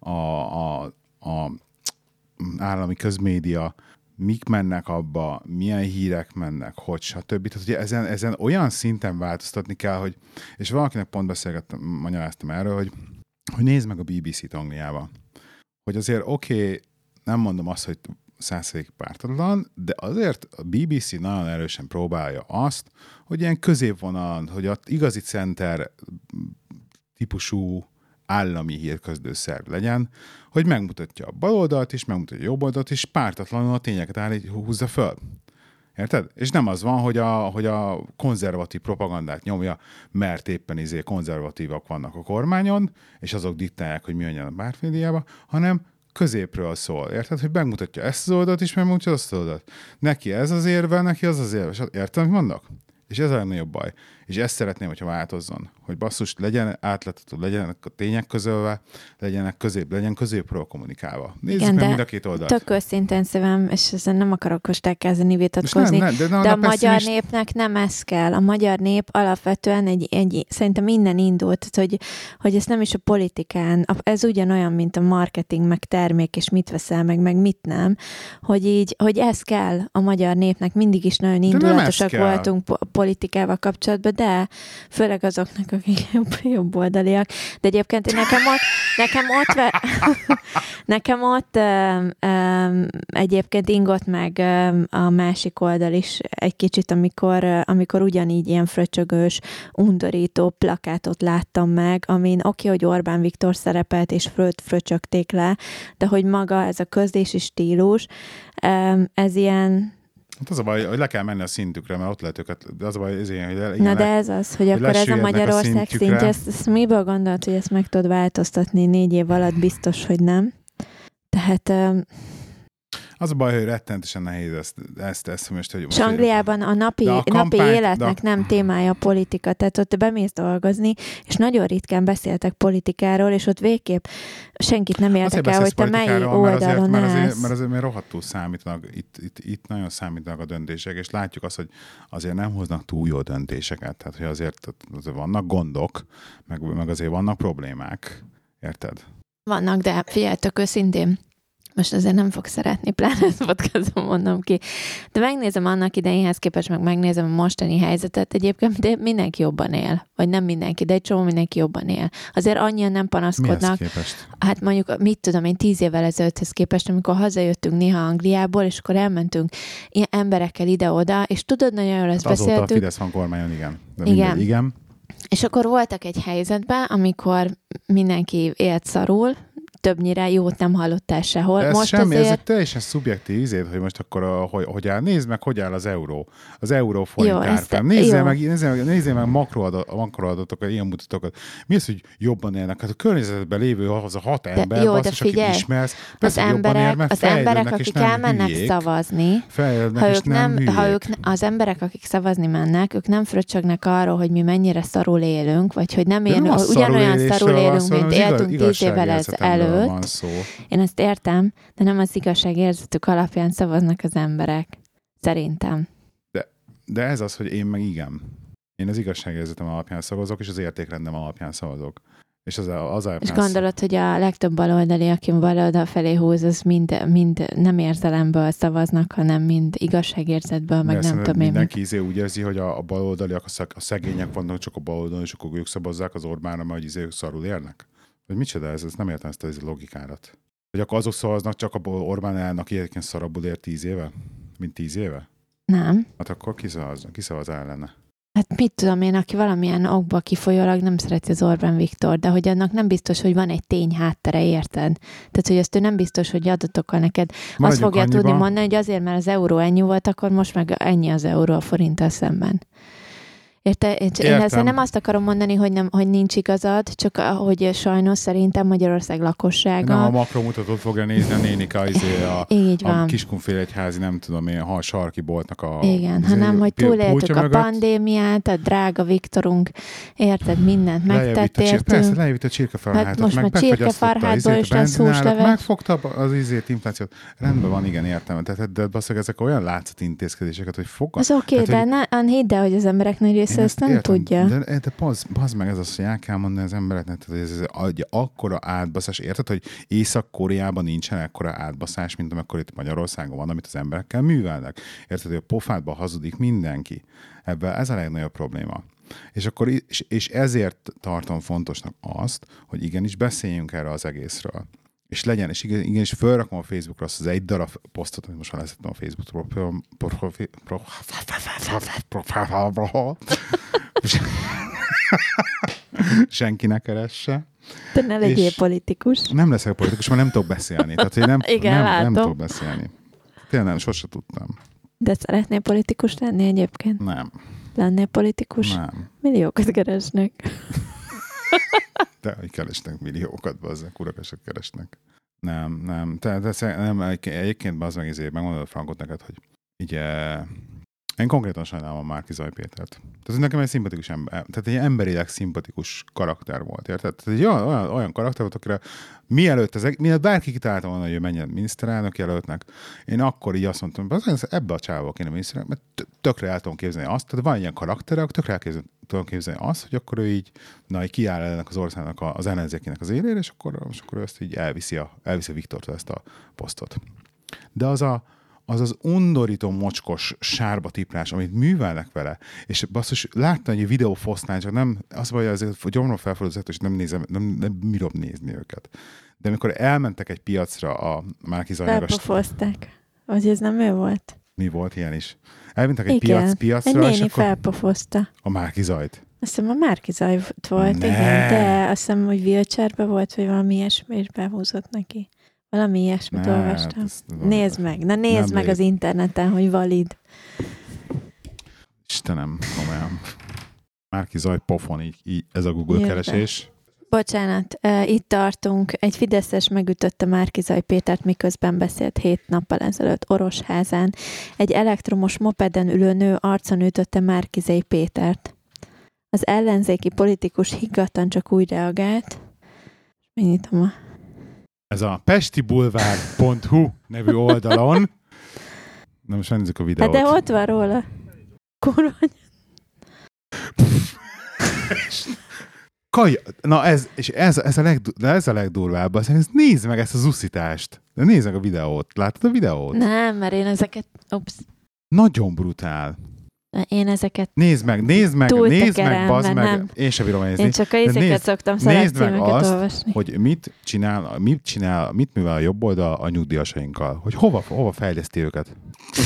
állami közmédia, mik mennek abba, milyen hírek mennek, hogy stb. Tehát ugye ezen olyan szinten változtatni kell, hogy, és valakinek pont magyaráztam erről, hogy nézd meg a BBC-t Angliában. Hogy azért nem mondom azt, hogy 100% pártatlan, de azért a BBC nagyon erősen próbálja azt, hogy ilyen középvonalon, hogy az igazi center típusú állami hírközlő szerv legyen, hogy megmutatja a baloldalt is, megmutatja a jobboldalt is, pártatlanul a tényeket húzza föl. Érted? És nem az van, hogy a konzervatív propagandát nyomja, mert éppen konzervatívak vannak a kormányon, és azok diktálják, hogy mi jön a pártmédiába, hanem középről szól. Érted? Hogy megmutatja ezt az oldalt is, megmutatja azt az oldalt. Neki ez az érve, neki az az érve. Érted, mit mondok? És ez a legnagyobb baj. És ezt szeretném, hogyha változzon. Hogy basszus, legyen átlátható, legyenek a tények közölve, legyen középről kommunikálva. Nézzük meg mind a két oldalt. Tök őszintén szívem, és ezen nem akarok most elkezdeni vitatkozni, de a magyar népnek nem ez kell. A magyar nép alapvetően szerintem innen indult, hogy ez nem is a politikán, ez ugyanolyan, mint a marketing, meg termék, és mit veszel meg mit nem, hogy ez kell a magyar népnek. Mindig is nagyon indulatosak voltunk politikával kapcsolatban, de főleg azoknak, akik jobb oldaliak. De egyébként nekem ott egyébként ingott meg a másik oldal is egy kicsit, amikor ugyanígy ilyen fröcsögős, undorító plakátot láttam meg, amin hogy Orbán Viktor szerepelt, és fröcsögték le, de hogy maga ez a közlési stílus, ez ilyen. Hát az a baj, hogy le kell menni a szintükre, mert ott lehet őket, de az a baj, hogy na de ez az, hogy akkor ez a Magyarország szintje, ezt miből gondolt, hogy ezt meg tudod változtatni 4 év alatt? Biztos, hogy nem. Tehát. Az a baj, hogy rettentesen nehéz ezt most, hogy. És Angliában a napi életnek nem témája a politika, tehát ott bemész dolgozni, és nagyon ritkán beszéltek politikáról, és ott végképp senkit nem érdekel, hogy te mely oldalon állsz. Mert azért rohadtul számítanak, itt nagyon számítanak a döntések, és látjuk azt, hogy azért nem hoznak túl jó döntéseket, tehát hogy azért vannak gondok, meg azért vannak problémák, érted? Vannak, de figyelj, tök őszintén. Most azért nem fog szeretni, pláne ezt podcaston mondom ki. De megnézem annak idejéhez képest, megnézem a mostani helyzetet, egyébként mindenki jobban él. Vagy nem mindenki, de egy csomó mindenki jobban él. Azért annyian nem panaszkodnak. Mihez képest? Hát mondjuk, mit tudom én, 10 évvel ezelőtthez képest, amikor hazajöttünk néha Angliából, és akkor elmentünk ilyen emberekkel ide-oda, és tudod, nagyon jól ezt beszéltük. Azóta a Fidesz van kormányon, igen. De igen. Igen. És akkor voltak egy helyzetben, amikor mindenki élt szarul, többnyire jót nem hallottál sehol. Ez most semmi, azért. ez egy teljesen szubjektív ízét, hogy most akkor hogy áll. Nézd meg, hogy áll az euró. Az euró forint árfolyam. Nézzél meg makroadatokat, ilyen mutatokat. Mi az, hogy jobban élnek? Hát a környezetben lévő az a 6 ember, basszus, akit ismersz. Persze, az emberek, akik elmennek szavazni, az emberek, akik szavazni mennek, ők nem fröccsögnek arról, hogy mi mennyire szarul élünk, vagy hogy nem ugyanolyan szarul élünk, mint éltünk 10 évvel ezelőtt. Én ezt értem, de nem az igazságérzetük alapján szavaznak az emberek. Szerintem. De ez az, hogy én meg igen. Én az igazságérzetem alapján szavazok, és az értékrendem alapján szavazok. És és gondolod, hogy a legtöbb baloldali, aki baloldal felé húz, az mind nem érzelemből szavaznak, hanem mind igazságérzetből, meg nem tudom én. Mindenki úgy érzi, hogy a baloldaliak, a szegények vannak csak a baloldalon, és akkor ők szavazzák az Orbánra, mert hogy ők szarul érnek. Vagy micsoda ez? Nem értem ezt a logikárat. Hogy akkor azok szavaznak csak a Orbán ellenek, egyébként szarabbul ér 10 éve? Mint 10 éve? Nem. Hát akkor kiszavaz ellene? Hát mit tudom én, aki valamilyen okból kifolyólag nem szereti az Orbán Viktor, de hogy annak nem biztos, hogy van egy tény háttere, érted? Tehát, hogy azt ő nem biztos, hogy adatokkal neked azt fogja tudni mondani, hogy azért, mert az euró ennyi volt, akkor most meg ennyi az euró a forinttal szemben. Érted? Én ezzel nem azt akarom mondani, hogy nincs igazad, csak hogy sajnos szerintem Magyarország lakossága. Nem a makromutatót fogja nézni a nénika a Kiskunfélegyházi, nem tudom én, sarki boltnak a. Igen, hanem hogy túléltük a pandémiát, a drága Viktorunk, érted, mindent megtettértünk. Persze, lejövitt a csirkefarhátot. Most már csirkefarhátból is lesz húsleves. Megfogta az inflációt. Rendben van, igen, értem. De basszak, ezek olyan látszat intézkedéseket, hogy az oké, de hidd el, hogy az emberek nagy része ezt nem tudja. De bazd meg ez az, hogy el kell mondani az embereknek, hogy ez akkora átbaszás. Érted, hogy Észak-Koreában nincsen ekkora átbaszás, mint amikor itt Magyarországon van, amit az emberekkel művelnek. Érted, hogy a pofádba hazudik mindenki. Ebben ez a legnagyobb probléma. És ezért tartom fontosnak azt, hogy igenis beszéljünk erre az egészről. És legyen, és igenis fölrakom a Facebookra azt az egy darab posztot, amit most már leszettem a Facebookról. Senki ne keresse. Te ne legyél politikus. Nem leszek politikus, mert nem tudok beszélni. Tehát, hogy nem tudok beszélni. Tényleg sose tudtam. De szeretnél politikus lenni egyébként? Nem. Lennél politikus? Nem. Milliókat keresnek. De hogy keresnek milliókat, bazzák, urakat keresnek. Nem. Egyébként az meg megmondod a Frankot neked, hogy így én konkrétan sajnálom a Márki Zaj Pétert. Tehát nekem egy szimpatikus ember, tehát egy emberileg szimpatikus karakter volt, érted? Tehát egy olyan karakter volt, akire mielőtt bárki kitalálta volna, hogy ő menjen miniszterelnök jelöltnek, én akkor így azt mondtam, hogy ebbe a csávba kéne miniszterelnök, mert tökre el tudom képzelni azt, tehát van ilyen karakter, tökre el tudom képzelni azt, hogy akkor ő így kiáll ennek az országnak az ellenzékének az élére, és akkor ő ezt így elviszi a Viktortól ezt a posztot. De az undorító mocskos sárba tiprás, amit művelnek vele, és basszus, láttam egy videófosztán, csak nem, az vagy azért gyomrom felfordulzott, és nem bírom nézni őket. De amikor elmentek egy piacra a Márki Zaj... Felpofozták. Vagy ez nem ő volt? Mi volt ilyen is? Elmentek egy piacra, egy néni és akkor... felpofozta. A Márki Zajt. Azt hiszem a Márki Zaj volt, igen, de azt hiszem, hogy wheelchairbe volt, vagy valami ilyesmi, és behúzott neki. Valami ilyesmit olvastam. Nézd meg az interneten, hogy valid. Istenem, komolyan. Márki Zaj pofon, így ez a Google keresés. Bocsánat, itt tartunk. Egy fideszes megütötte Márki Zaj Pétert, miközben beszélt 7 nappal ezelőtt Orosházán. Egy elektromos mopeden ülő nő arcon ütötte Márki Zaj Pétert. Az ellenzéki politikus higgadtan csak úgy reagált. Megnyitom a... Ez a pestibulvár.hu nevű oldalon. Na most nézzük a videót. Hát de ott van róla. Kurva. Na ez a legdurvább. Nézd meg ezt az uszítást. Nézd meg a videót. Láttad a videót? Nem, mert én ezeket... Nagyon brutál. Én ezeket nézd meg, bazd meg. Nem. Én sem bírom nézni. Én csak a izéket szoktam szeretcímeket olvasni. Hogy mit művel a jobb oldal a nyugdíjasainkkal. Hogy hova fejleszti őket.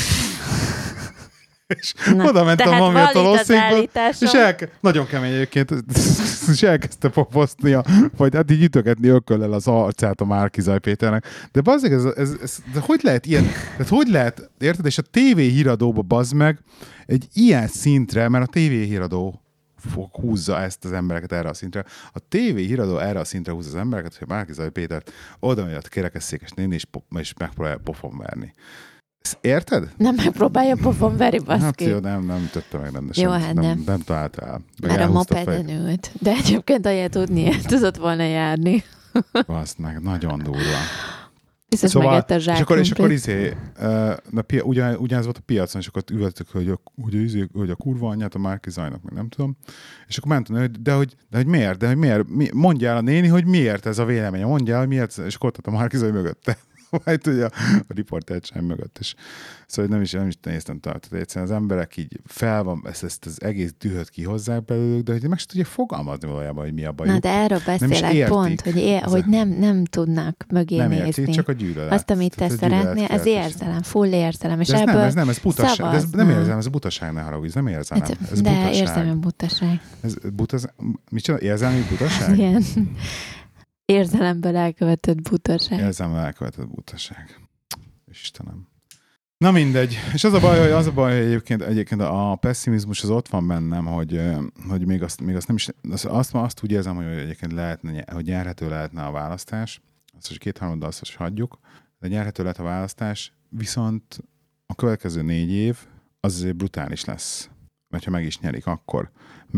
És oda mentem valami a tolószékba, és nagyon kemény egyébként, és elkezdte pofosztnia, vagy hát így ütögetni ököllel az arcát a Márki Zaj Péternek. De bazzeg, de hogy lehet ilyen, tehát hogy lehet, érted? És a tévéhíradóba bazd meg egy ilyen szintre, mert a tévéhíradó húzza ezt az embereket erre a szintre. A tévéhíradó erre a szintre húzza az embereket, hogy Márki Zaj Pétert oda megy a kerekesszékes néni, és megpróbálja pofon verni. Érted? Nem megpróbálja pofon veri, baszki. Hát jó, nem ütötte meg rendesen. Jó, hát nem talált el. Mert a mopeden ült. De egyébként ahelyett tudott volna járni. Baszd meg, nagyon durva. Biztos szóval, megett a zsákrumplit. És akkor ugyanaz volt a piacon, és akkor üvöltök, hogy a kurva anyját a Márki Zajnak, meg nem tudom. És akkor mentem, de hogy miért? Mondja el a néni, hogy miért ez a véleménye. Mondja el, hogy miért, és akkor ott a Márki Zaj mögötte. Majd ugye a riporter sem mögött is. Szóval nem is néztem tovább. Tehát egyszerűen az emberek így fel van, ezt az egész dühöt kihozzák belőlük, de hogy meg sem tudja fogalmazni valójában, hogy mi a bajuk. Na de erről beszélek pont, hogy nem tudnak mögé nem nézni. Értik, csak a gyűlölet. Azt, amit te szeretnél, ez érzelem, full érzelem. És ez ez butaság. De ez nem érzelem, ez a butaság, ne haragudj, ez nem érzelem. Ez de butaság. érzelmi butaság. Micsoda? Érzelmi butaság? Igen. Érzelemből elkövetett butaság. Érzelemből elkövetett butaság. Istenem. Na mindegy. És az a baj, hogy egyébként a pessimizmus az ott van bennem, hogy még azt nem is, azt úgy érzem, hogy egyébként lehetne, hogy nyerhető lehetne a választás. Azt, hogy 2/3 azt is hagyjuk, de nyerhető lehet a választás, viszont a következő 4 év az azért brutális lesz. Mert ha meg is nyerik akkor.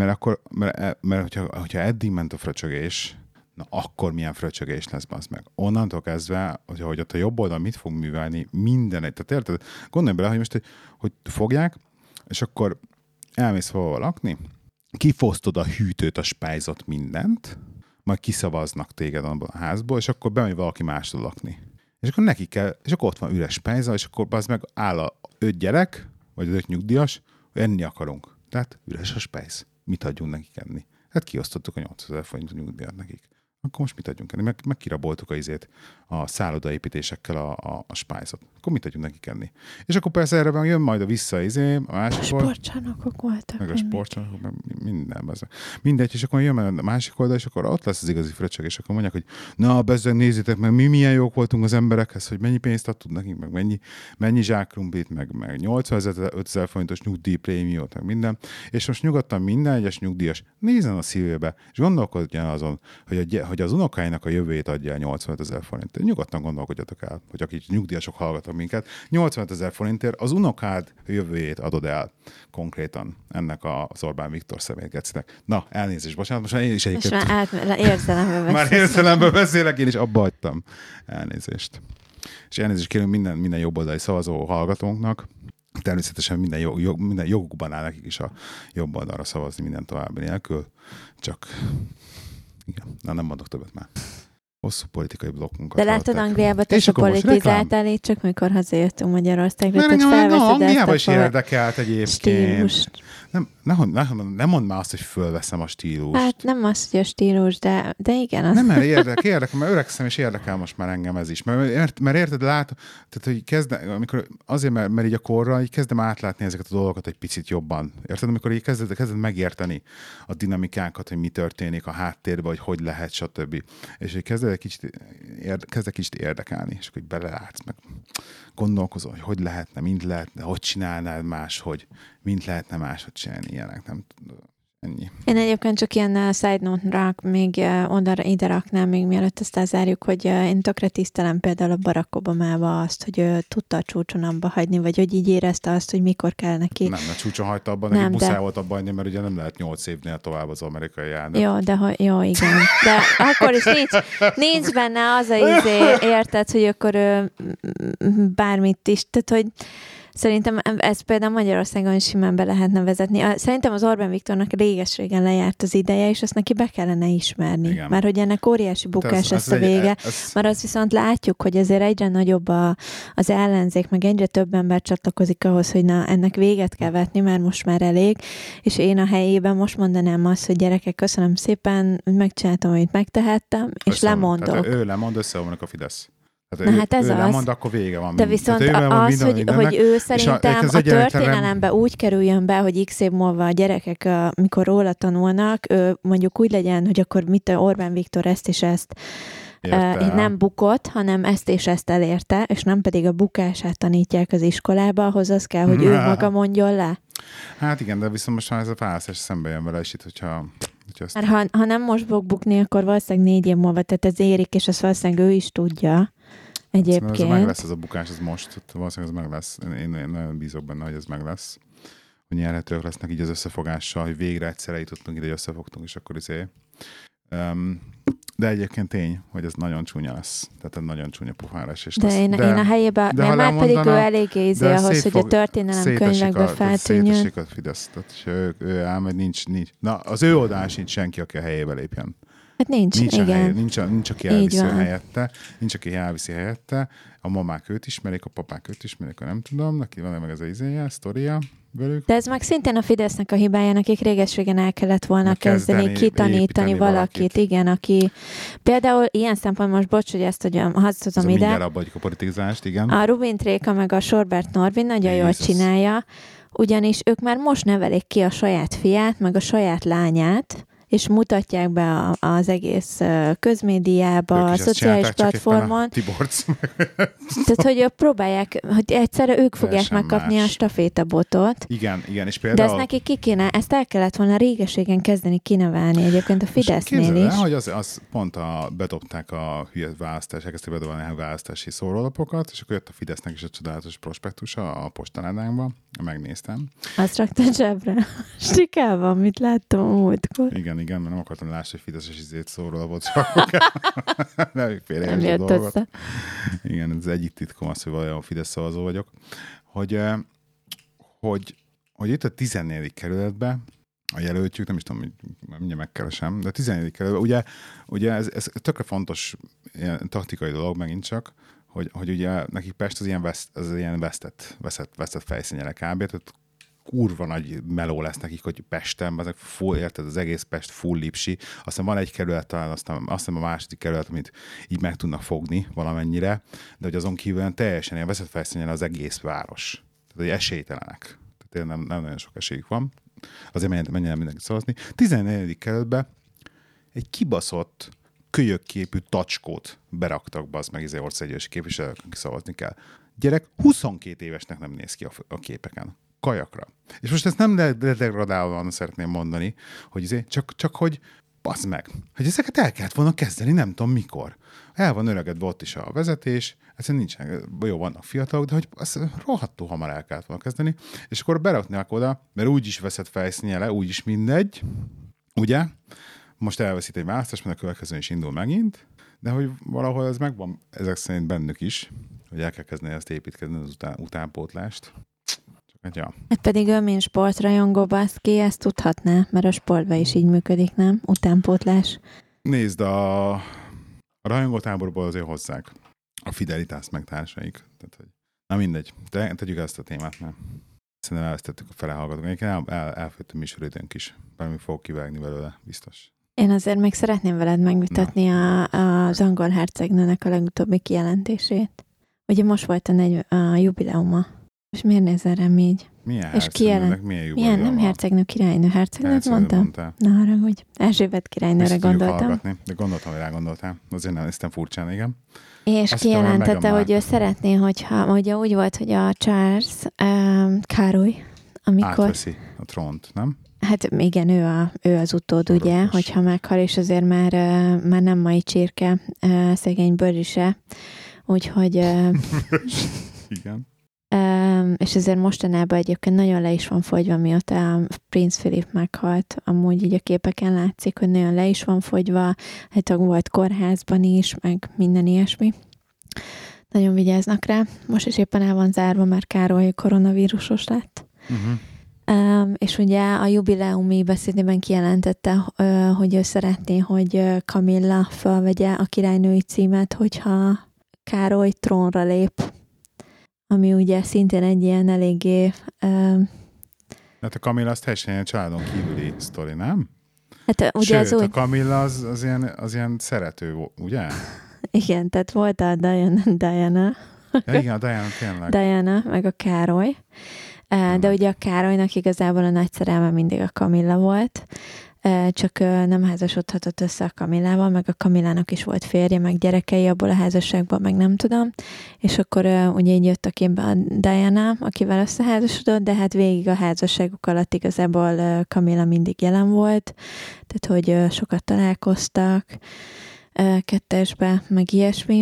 Mert hogyha eddig ment a fröcsögés, na akkor milyen fröcsögés lesz, bazd meg. Onnantól kezdve, hogy ott a jobb oldal mit fog művelni, mindenet. Tehát érted? Gondolj bele, hogy most hogy fogják, és akkor elmész valahol lakni, kifosztod a hűtőt, a spájzot, mindent, majd kiszavaznak téged abban a házból, és akkor bemegy valaki másról lakni. És akkor neki kell, és akkor ott van üres spájza, és akkor bazd meg áll a 5 gyerek, vagy az 5 nyugdíjas, hogy enni akarunk. Tehát üres a spájz. Mit adjunk nekik enni? Hát kiosztottuk a 8000 forint nyugdíjat nekik. akkor most mit adjunk enni? Meg kiraboltuk a szállodaépítésekkel a spájzot. Akkor mit adjunk nekik enni? És akkor persze erre jön majd a vissza a másik sportcsarnokok voltak. Meg a sportcsarnokok, meg minden. Mindegy, és akkor jön a másik oldal, és akkor ott lesz az igazi fröccsög, és akkor mondják, hogy na, bezzeg, nézzétek meg, mi milyen jók voltunk az emberekhez, hogy mennyi pénzt adtunk nekik, meg mennyi zsákrumplit, meg 85 forintos nyugdíjprémiót, meg minden. És most nyugodtan minden egyes nyugdíjas nézzen a szívébe, és gondolkodjon azon, hogy az unokáinak a jövőjét adja el 85 000 forintért. Nyugodtan gondolkodjatok el, hogy akik nyugdíjasok hallgatnak minket, 85 000 forintért az unokád jövőjét adod el konkrétan ennek az Orbán Viktor személygecinek. Na, elnézést, bocsánat, most én is egyébként... Már érzelembe beszélek, én is abba hagytam. Elnézést. És elnézést kérünk minden jobboldali szavazó hallgatónknak. Természetesen minden jogukban áll nekik is a jobb oldalra szavazni minden további nélkül. Csak igen, nem mondok többet már. Hosszú politikai blokkunkat. De látod, Angliában te se politizáltál így, csak mikor hazajöttünk Magyarországra, tehát felveszed Angliában is érdekelt egyébként. Stílust. Nem mondd már azt, hogy fölveszem a stílust. Hát nem az, hogy a stílus, de igen. Az... Nem, mert érdekel, mert öregszem, és érdekel most már engem ez is. Mert érted, látom, tehát, hogy azért, mert így a korra, így kezdem átlátni ezeket a dolgokat egy picit jobban. Érted, amikor így kezded megérteni a dinamikákat, hogy mi történik a háttérben, hogy lehet, stb. És így kezded kicsit érdekelni, és akkor belelátsz, meg gondolkozol, hogy lehetne, mint lehetne, hogy csinálnád máshogy, mint lehetne máshogy csinálni, ilyenek, nem tudom. Ennyi. Én egyébként csak ilyen side note-ra még ide raknám, még mielőtt ezt elzárjuk, hogy én tökre tisztelem például a Barack Obamába azt, hogy ő tudta a csúcson abba hagyni, vagy hogy így érezte azt, hogy mikor kell neki. Nem, a csúcson hagyta abban, neki muszáj volt abba hagyni, mert ugye nem lehet 8 évnél tovább az amerikai elnök. Jó, igen. De akkor is nincs benne az a érted, hogy akkor bármit is, tehát hogy szerintem ez például Magyarországon is simán be lehetne vezetni. Szerintem az Orbán Viktornak réges-régen lejárt az ideje, és azt neki be kellene ismerni. Igen. Mert hogy ennek óriási bukás lesz a vége. Mert azt viszont látjuk, hogy azért egyre nagyobb az ellenzék, meg egyre több ember csatlakozik ahhoz, hogy na, ennek véget kell vetni, mert most már elég. És én a helyében most mondanám azt, hogy gyerekek, köszönöm szépen, megcsináltam, amit megtehettem, és lemondok. Tehát ő lemond, összeomlik a Fidesz. Hát ez ő az. Lemond, akkor vége van. De viszont az, hogy ő szerintem a történelembe úgy kerüljön be, hogy x év múlva a gyerekek, mikor róla tanulnak, mondjuk úgy legyen, hogy akkor Orbán Viktor ezt és ezt nem bukott, hanem ezt és ezt elérte, és nem pedig a bukását tanítják az iskolába, ahhoz az kell, hogy ő maga mondjon le. Hát igen, de viszont most már ez a választás szembe jön vele, és itt, hogyha mert ha nem most fog bukni, akkor valószínűleg 4 év múlva, tehát ez érik, és azt valószínűleg ő is tudja. Egyébként. Ez meg lesz ez a bukás, ez most. Valószínűleg ez meg lesz. Én nagyon bízok benne, hogy ez meg lesz. Hogy nyerhetők lesznek így az összefogással, hogy végre egyszerre jutottunk ide, hogy összefogtunk, és akkor de egyébként tény, hogy ez nagyon csúnya lesz. Tehát nagyon csúnya pofárás. És én a helyében, nem már pedig ő eléggé ahhoz, hogy a történelem könyvekbe feltűnjön. Szétesik a Fidesz. Tehát ő elmegy, nincs. Na, az ő oldalán sincs senki, aki a helyébe lépjen. Hát nincs igen. Nincs, aki elviszi helyette. Nincs, aki elviszi helyette. A mamák őt ismerik, a papák őt ismerik, nem tudom. Neki van meg ez a sztoria velük. De ez meg szintén a Fidesznek a hibája, akik réges-régen el kellett volna kezdeni kitanítani valakit. Igen, aki például ilyen szempontból most bocs, hogy ezt, hogy hazudom ide. Mindjárt abba a politizást, igen. A Rubin Tréka meg a Sorbert Norvin nagyon jól csinálja, ugyanis ők már most nevelik ki a saját fiát, meg a saját lányát, és mutatják be az egész közmédiába, a szociális platformon. Tehát, hogy próbálják, hogy egyszerre ők fogják megkapni a stafétabotot. Igen, és például... De ezt nekik ezt el kellett volna régeségen kezdeni kinevelni egyébként a Fidesznél is. Hogy az pont bedobták a hülye választás, elkezdték bedobálni a választási szórólapokat, és akkor jött a Fidesznek is a csodálatos prospektusa a postaládánkba. Megnéztem. Azt raktad zsebre. Stikában, mit láttam a múltkor. Igen, mert nem akartam látni, hogy Fideszes izét nem jött össze. Igen, ez egyik titkom az, hogy valójában Fidesz szavazó vagyok. Hogy itt a 14. kerületben a jelöltjük, nem is tudom, hogy mindjárt megkeresem, de a 14. kerületben, ugye ez tökre fontos ilyen taktikai dolog megint csak, hogy ugye nekik Pest az ilyen vesztett fejszínjele kb. Tehát kurva nagy meló lesz nekik, hogy Pesten, ezek full, érted, az egész Pest full lipsi. Aztán van egy kerület, talán azt hiszem a második kerület, amit így meg tudnak fogni valamennyire, de hogy azon kívül teljesen ilyen veszett felszínjel az egész város. Tehát, hogy esélytelenek. Tehát nem nagyon sok esélyük van. Azért menjen el mindenki szavazni. 14. kerületbe egy kibaszott kölyökképű tacskót beraktak, bazd meg, országgyűlési képviselők, aki szavazni kell. Gyerek 22 évesnek nem néz ki a képeken. Kajakra. És most ezt nem degradálva szeretném mondani, hogy csak hogy bazd meg, hogy ezeket el kellett volna kezdeni, nem tudom mikor. El van öregedve ott is a vezetés, egyszerűen nincsenek, jó, vannak fiatalok, de hogy azt rohadtul hamar el kellett volna kezdeni, és akkor beraknák oda, mert úgyis veszett felszínjele, úgyis mindegy, ugye? Most elveszít egy választás, mert a következőn is indul megint, de hogy valahol ez megvan ezek szerint bennük is, hogy el kell kezdeni ezt építkezni, az utánpótlást. Ja. Hát pedig ő, mint sportrajongó, baszki, ezt tudhatná, mert a sportban is így működik, nem? Utánpótlás. Nézd, a rajongótáborból azért hozzák a Fidelitas meg társaik. Tehát, hogy, na mindegy, tegyük ezt a témát, mert szerintem elvesztettük a fele hallgatók. Egyébként elfőtt a műsoridőnk is. Valami fog kivágni belőle, biztos. Én azért még szeretném veled megvitatni az angol hercegnőnek a legutóbbi kijelentését. Ugye most volt a jubileuma. És miért nézel rám így? Milyen hercegnőnek? Milyen jubileuma? Nem hercegnő, királynő. Hercegnőt mondtam? Na haragudj. Erzsébet királynőre gondoltam. De gondoltam, hogy rágondoltál. Azért nem néztem furcsán, igen. És kijelentette, hogy ő szeretné, hogyha ugye úgy volt, hogy a Charles Károly, amikor... Átveszi a trónt, nem? Hát igen, ő az utód, ugye, hogyha meghal, és azért már nem mai csirke, szegény Börzsise. Úgyhogy... igen. És ezért mostanában egyébként nagyon le is van fogyva, mióta Prince Philip meghalt. Amúgy így a képeken látszik, hogy nagyon le is van fogyva, hát volt kórházban is, meg minden ilyesmi. Nagyon vigyáznak rá. Most is éppen el van zárva, mert Károly koronavírusos lett. És ugye a jubileumi beszédében kijelentette, hogy ő szeretné, hogy Camilla felvegye a királynői címet, hogyha Károly trónra lép. Ami ugye szintén egy ilyen eléggé... Hát a Camilla az teljesen ilyen családon kívüli sztori, nem? Hát ugye sőt, a Camilla az ilyen szerető, ugye? Igen, tehát volt a Diana. Ja, igen, a Diana tényleg. Diana, meg a Károly. De ugye a Károlynak igazából a nagy szerelme mindig a Camilla volt, csak nem házasodhatott össze a Camillával, meg a Camillának is volt férje, meg gyerekei abból a házasságban, meg nem tudom. És akkor ugye így jött a képbe a Diana, akivel összeházasodott, de hát végig a házasságuk alatt igazából Camilla mindig jelen volt, tehát hogy sokat találkoztak kettesbe, meg ilyesmi,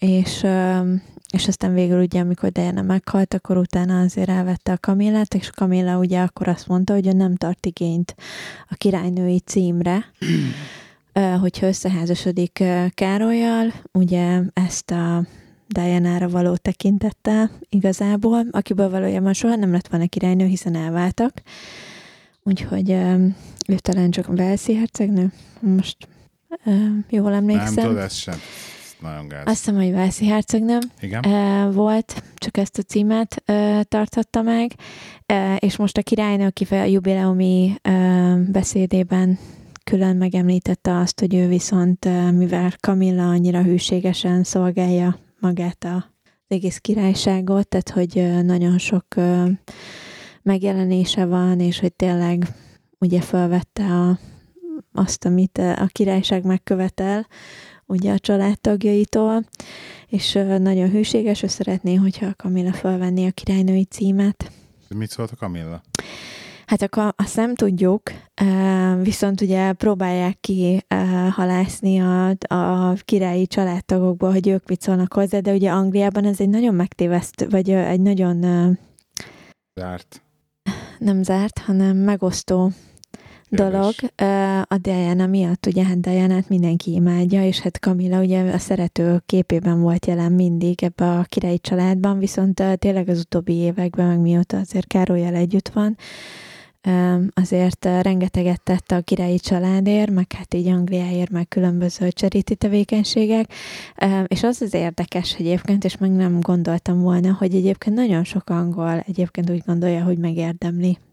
és aztán végül ugye, amikor Diana meghalt, akkor utána azért elvette a Camillát, és Camilla ugye akkor azt mondta, hogy ő nem tart igényt a királynői címre, hogyha összeházasodik Károllyal, ugye ezt a Diana-ra való tekintettel igazából, akiből valójában soha nem lett volna királynő, hiszen elváltak. Úgyhogy ő talán csak a Walesi hercegnő, most jól emlékszem. Nem tudod, ez sem. Nagyon gáz. Azt hiszem, hogy Walesi hercegnő volt, csak ezt a címet tartotta meg, és most a királynő a jubileumi beszédében külön megemlítette azt, hogy ő viszont, mivel Camilla annyira hűségesen szolgálja magát az egész királyságot, tehát hogy nagyon sok megjelenése van, és hogy tényleg ugye felvette azt, amit a királyság megkövetel, ugye a családtagjaitól, és nagyon hűséges, ő szeretné, hogyha a Camilla felvenné a királynői címet. Mit szólt a Camilla? Hát azt nem tudjuk, viszont ugye próbálják ki halászni a királyi családtagokból, hogy ők mit szólnak hozzá, de ugye Angliában ez egy nagyon megtéveszt, vagy egy nagyon... zárt. Nem zárt, hanem megosztó dolog. A Diana miatt, ugye hát Dianát mindenki imádja, és hát Camilla ugye a szerető képében volt jelen mindig ebbe a királyi családban, viszont tényleg az utóbbi években, meg mióta azért Károllyal együtt van, azért rengeteget tett a királyi családért, meg hát így Angliáért, meg különböző charity tevékenységek, és az érdekes egyébként, és meg nem gondoltam volna, hogy egyébként nagyon sok angol egyébként úgy gondolja, hogy megérdemli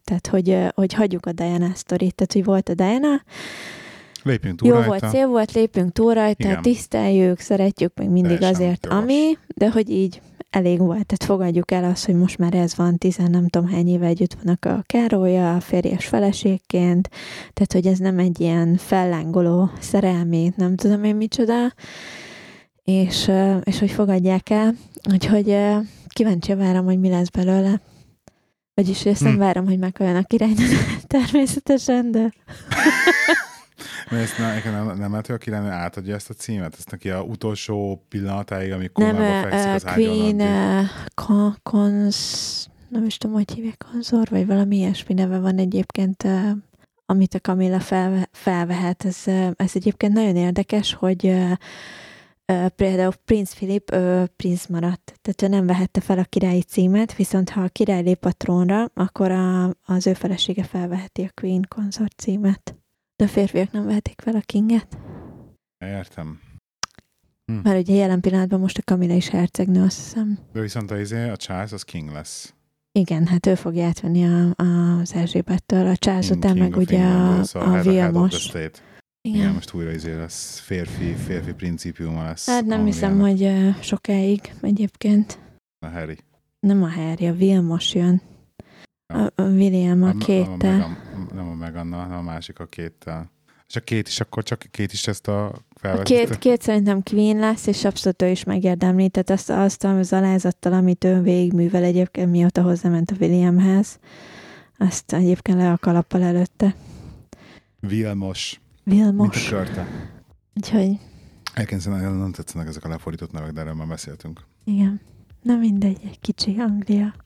Tehát, hogy hagyjuk a Diana sztorit. Tehát, hogy volt a Diana, lépjünk túl jó rajta. volt, szép volt, lépjünk túl rajta, Igen. tiszteljük, szeretjük még mindig Teljesen azért, jogos. ami, de hogy így elég volt. Tehát fogadjuk el azt, hogy most már ez van, 10 nem tudom hány éve együtt vannak a Károlyal, férjes feleségként, tehát, hogy ez nem egy ilyen fellángoló szerelmi, nem tudom én micsoda, és hogy fogadják el, úgyhogy kíváncsi várom, hogy mi lesz belőle. Vagyis ezt nem várom, hogy meghalljon a királynő, természetesen, de... Mert ezt nem lehet, hogy a királynő átadja ezt a címet? Ezt neki a utolsó pillanatáig, amikor már fekszik az ágyon. Nem is tudom, hogy hívják, konzor, vagy valami ilyesmi neve van egyébként, amit a Camilla felvehet. Ez egyébként nagyon érdekes, hogy például Prince Philip princ maradt. Tehát ő nem vehette fel a királyi címet, viszont ha a király lép a trónra, akkor az ő felesége felveheti a Queen konzort címet. De a férfiak nem vehetik fel a Kinget. Értem. Mert ugye jelen pillanatban most a Camilla is hercegnő, azt hiszem. De viszont a Charles az King lesz. Igen, hát ő fogja átvenni az Erzsébettől, a Charles után meg ugye a Vilmos. Igen, most újra lesz férfi principiuma lesz. Hát nem hiszem, hogy sokáig egyébként. A Harry. Nem a Harry, a Vilmos jön. A William a Kate-tel. Nem a Megannal, hanem a másik a Kate-tel. És a Kate is akkor csak Kate is ezt a felvezető? A Kate szerintem Queen lesz, és abszolút ő is megérdemli. Tehát azt az alázattal, amit ő végigművel egyébként, mióta hozzáment a Williamhez, azt egyébként le a kalappal előtte. Vilmos. Mint a körte. Úgyhogy... Elkenszínen nem tetszenek ezek a lefordított nevek, de erről már beszéltünk. Igen. Na mindegy, egy kicsi Anglia.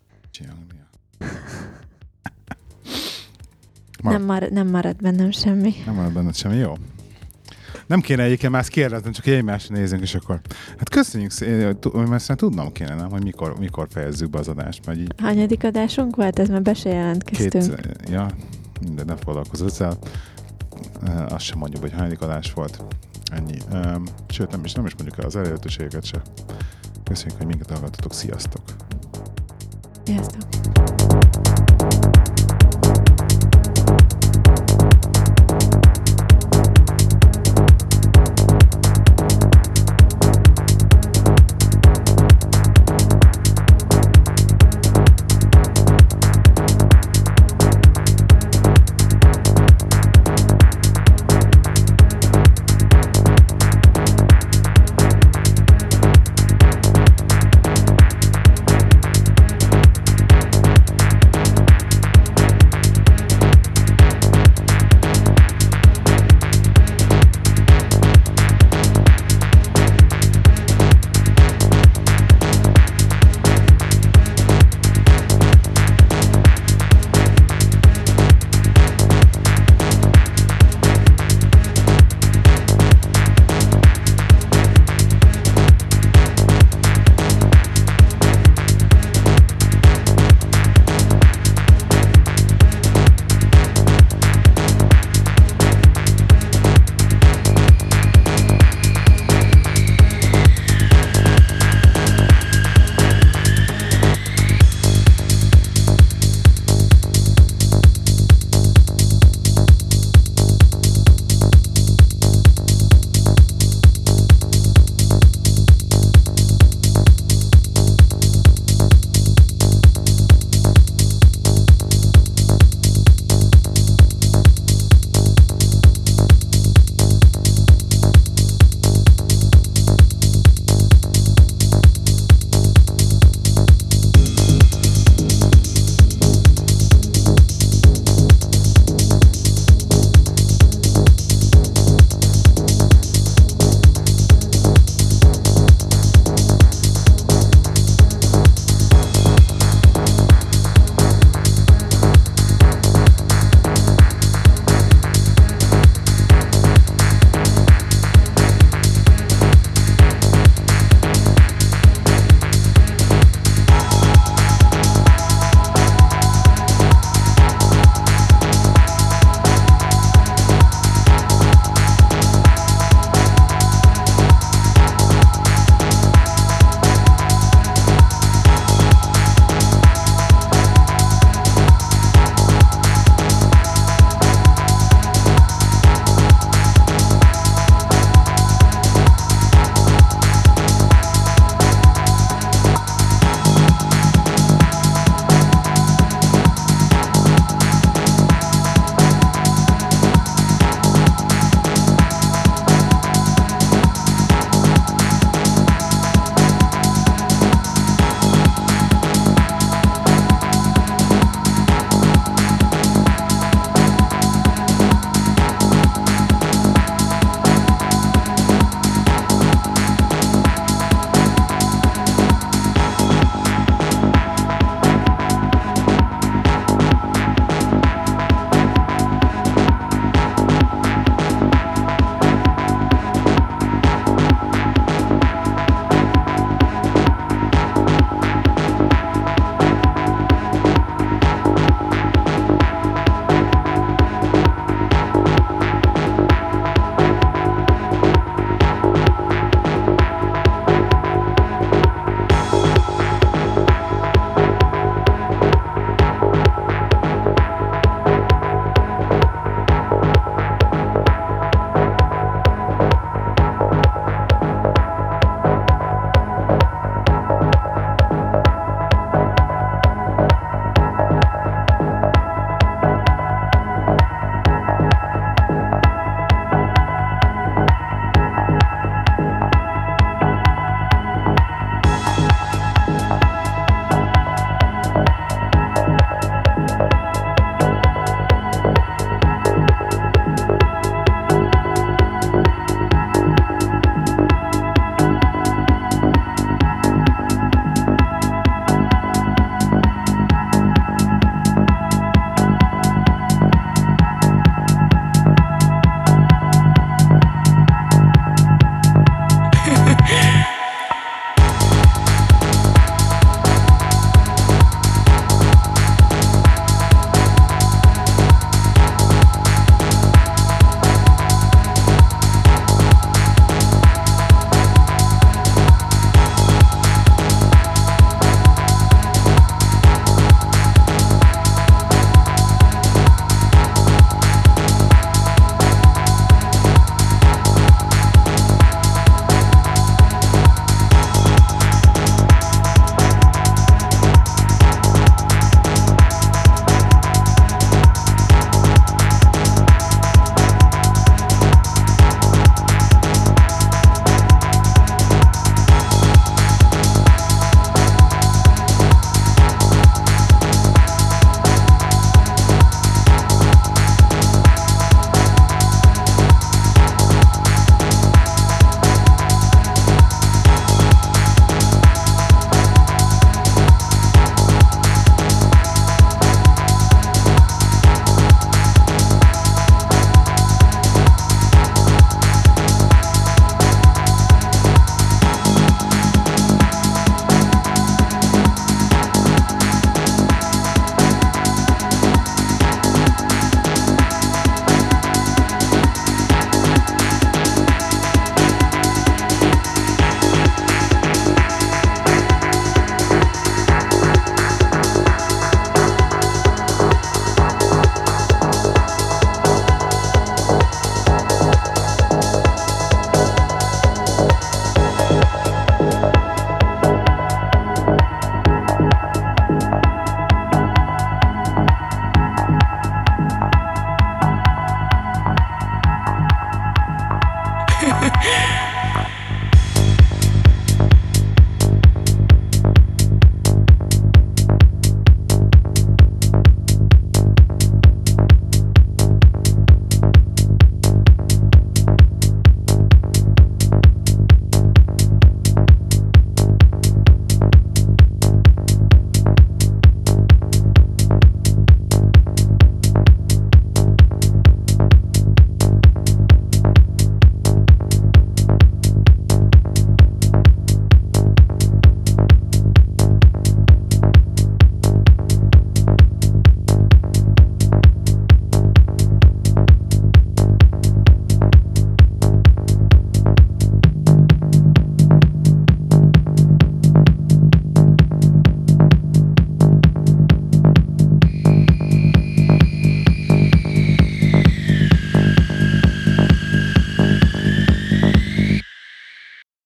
Nem marad bennem semmi. Nem marad benned semmi, jó. Nem kéne egyébként már ezt kérdezni, csak egymásra nézzünk, és akkor... Hát köszönjük szépen, mert tudnom kéne, nem, hogy mikor fejezzük be az adást. Mert így... Hanyadik adásunk volt? Ez már be se jelentkeztünk. Minden, ne foglalkozz ezzel. Azt sem mondjuk, hogy hanyadik adás volt. Ennyi. Sőt, nem is mondjuk el az elérhetőségeket se. Köszönjük, hogy minket hallgattatok. Sziasztok! Sziasztok!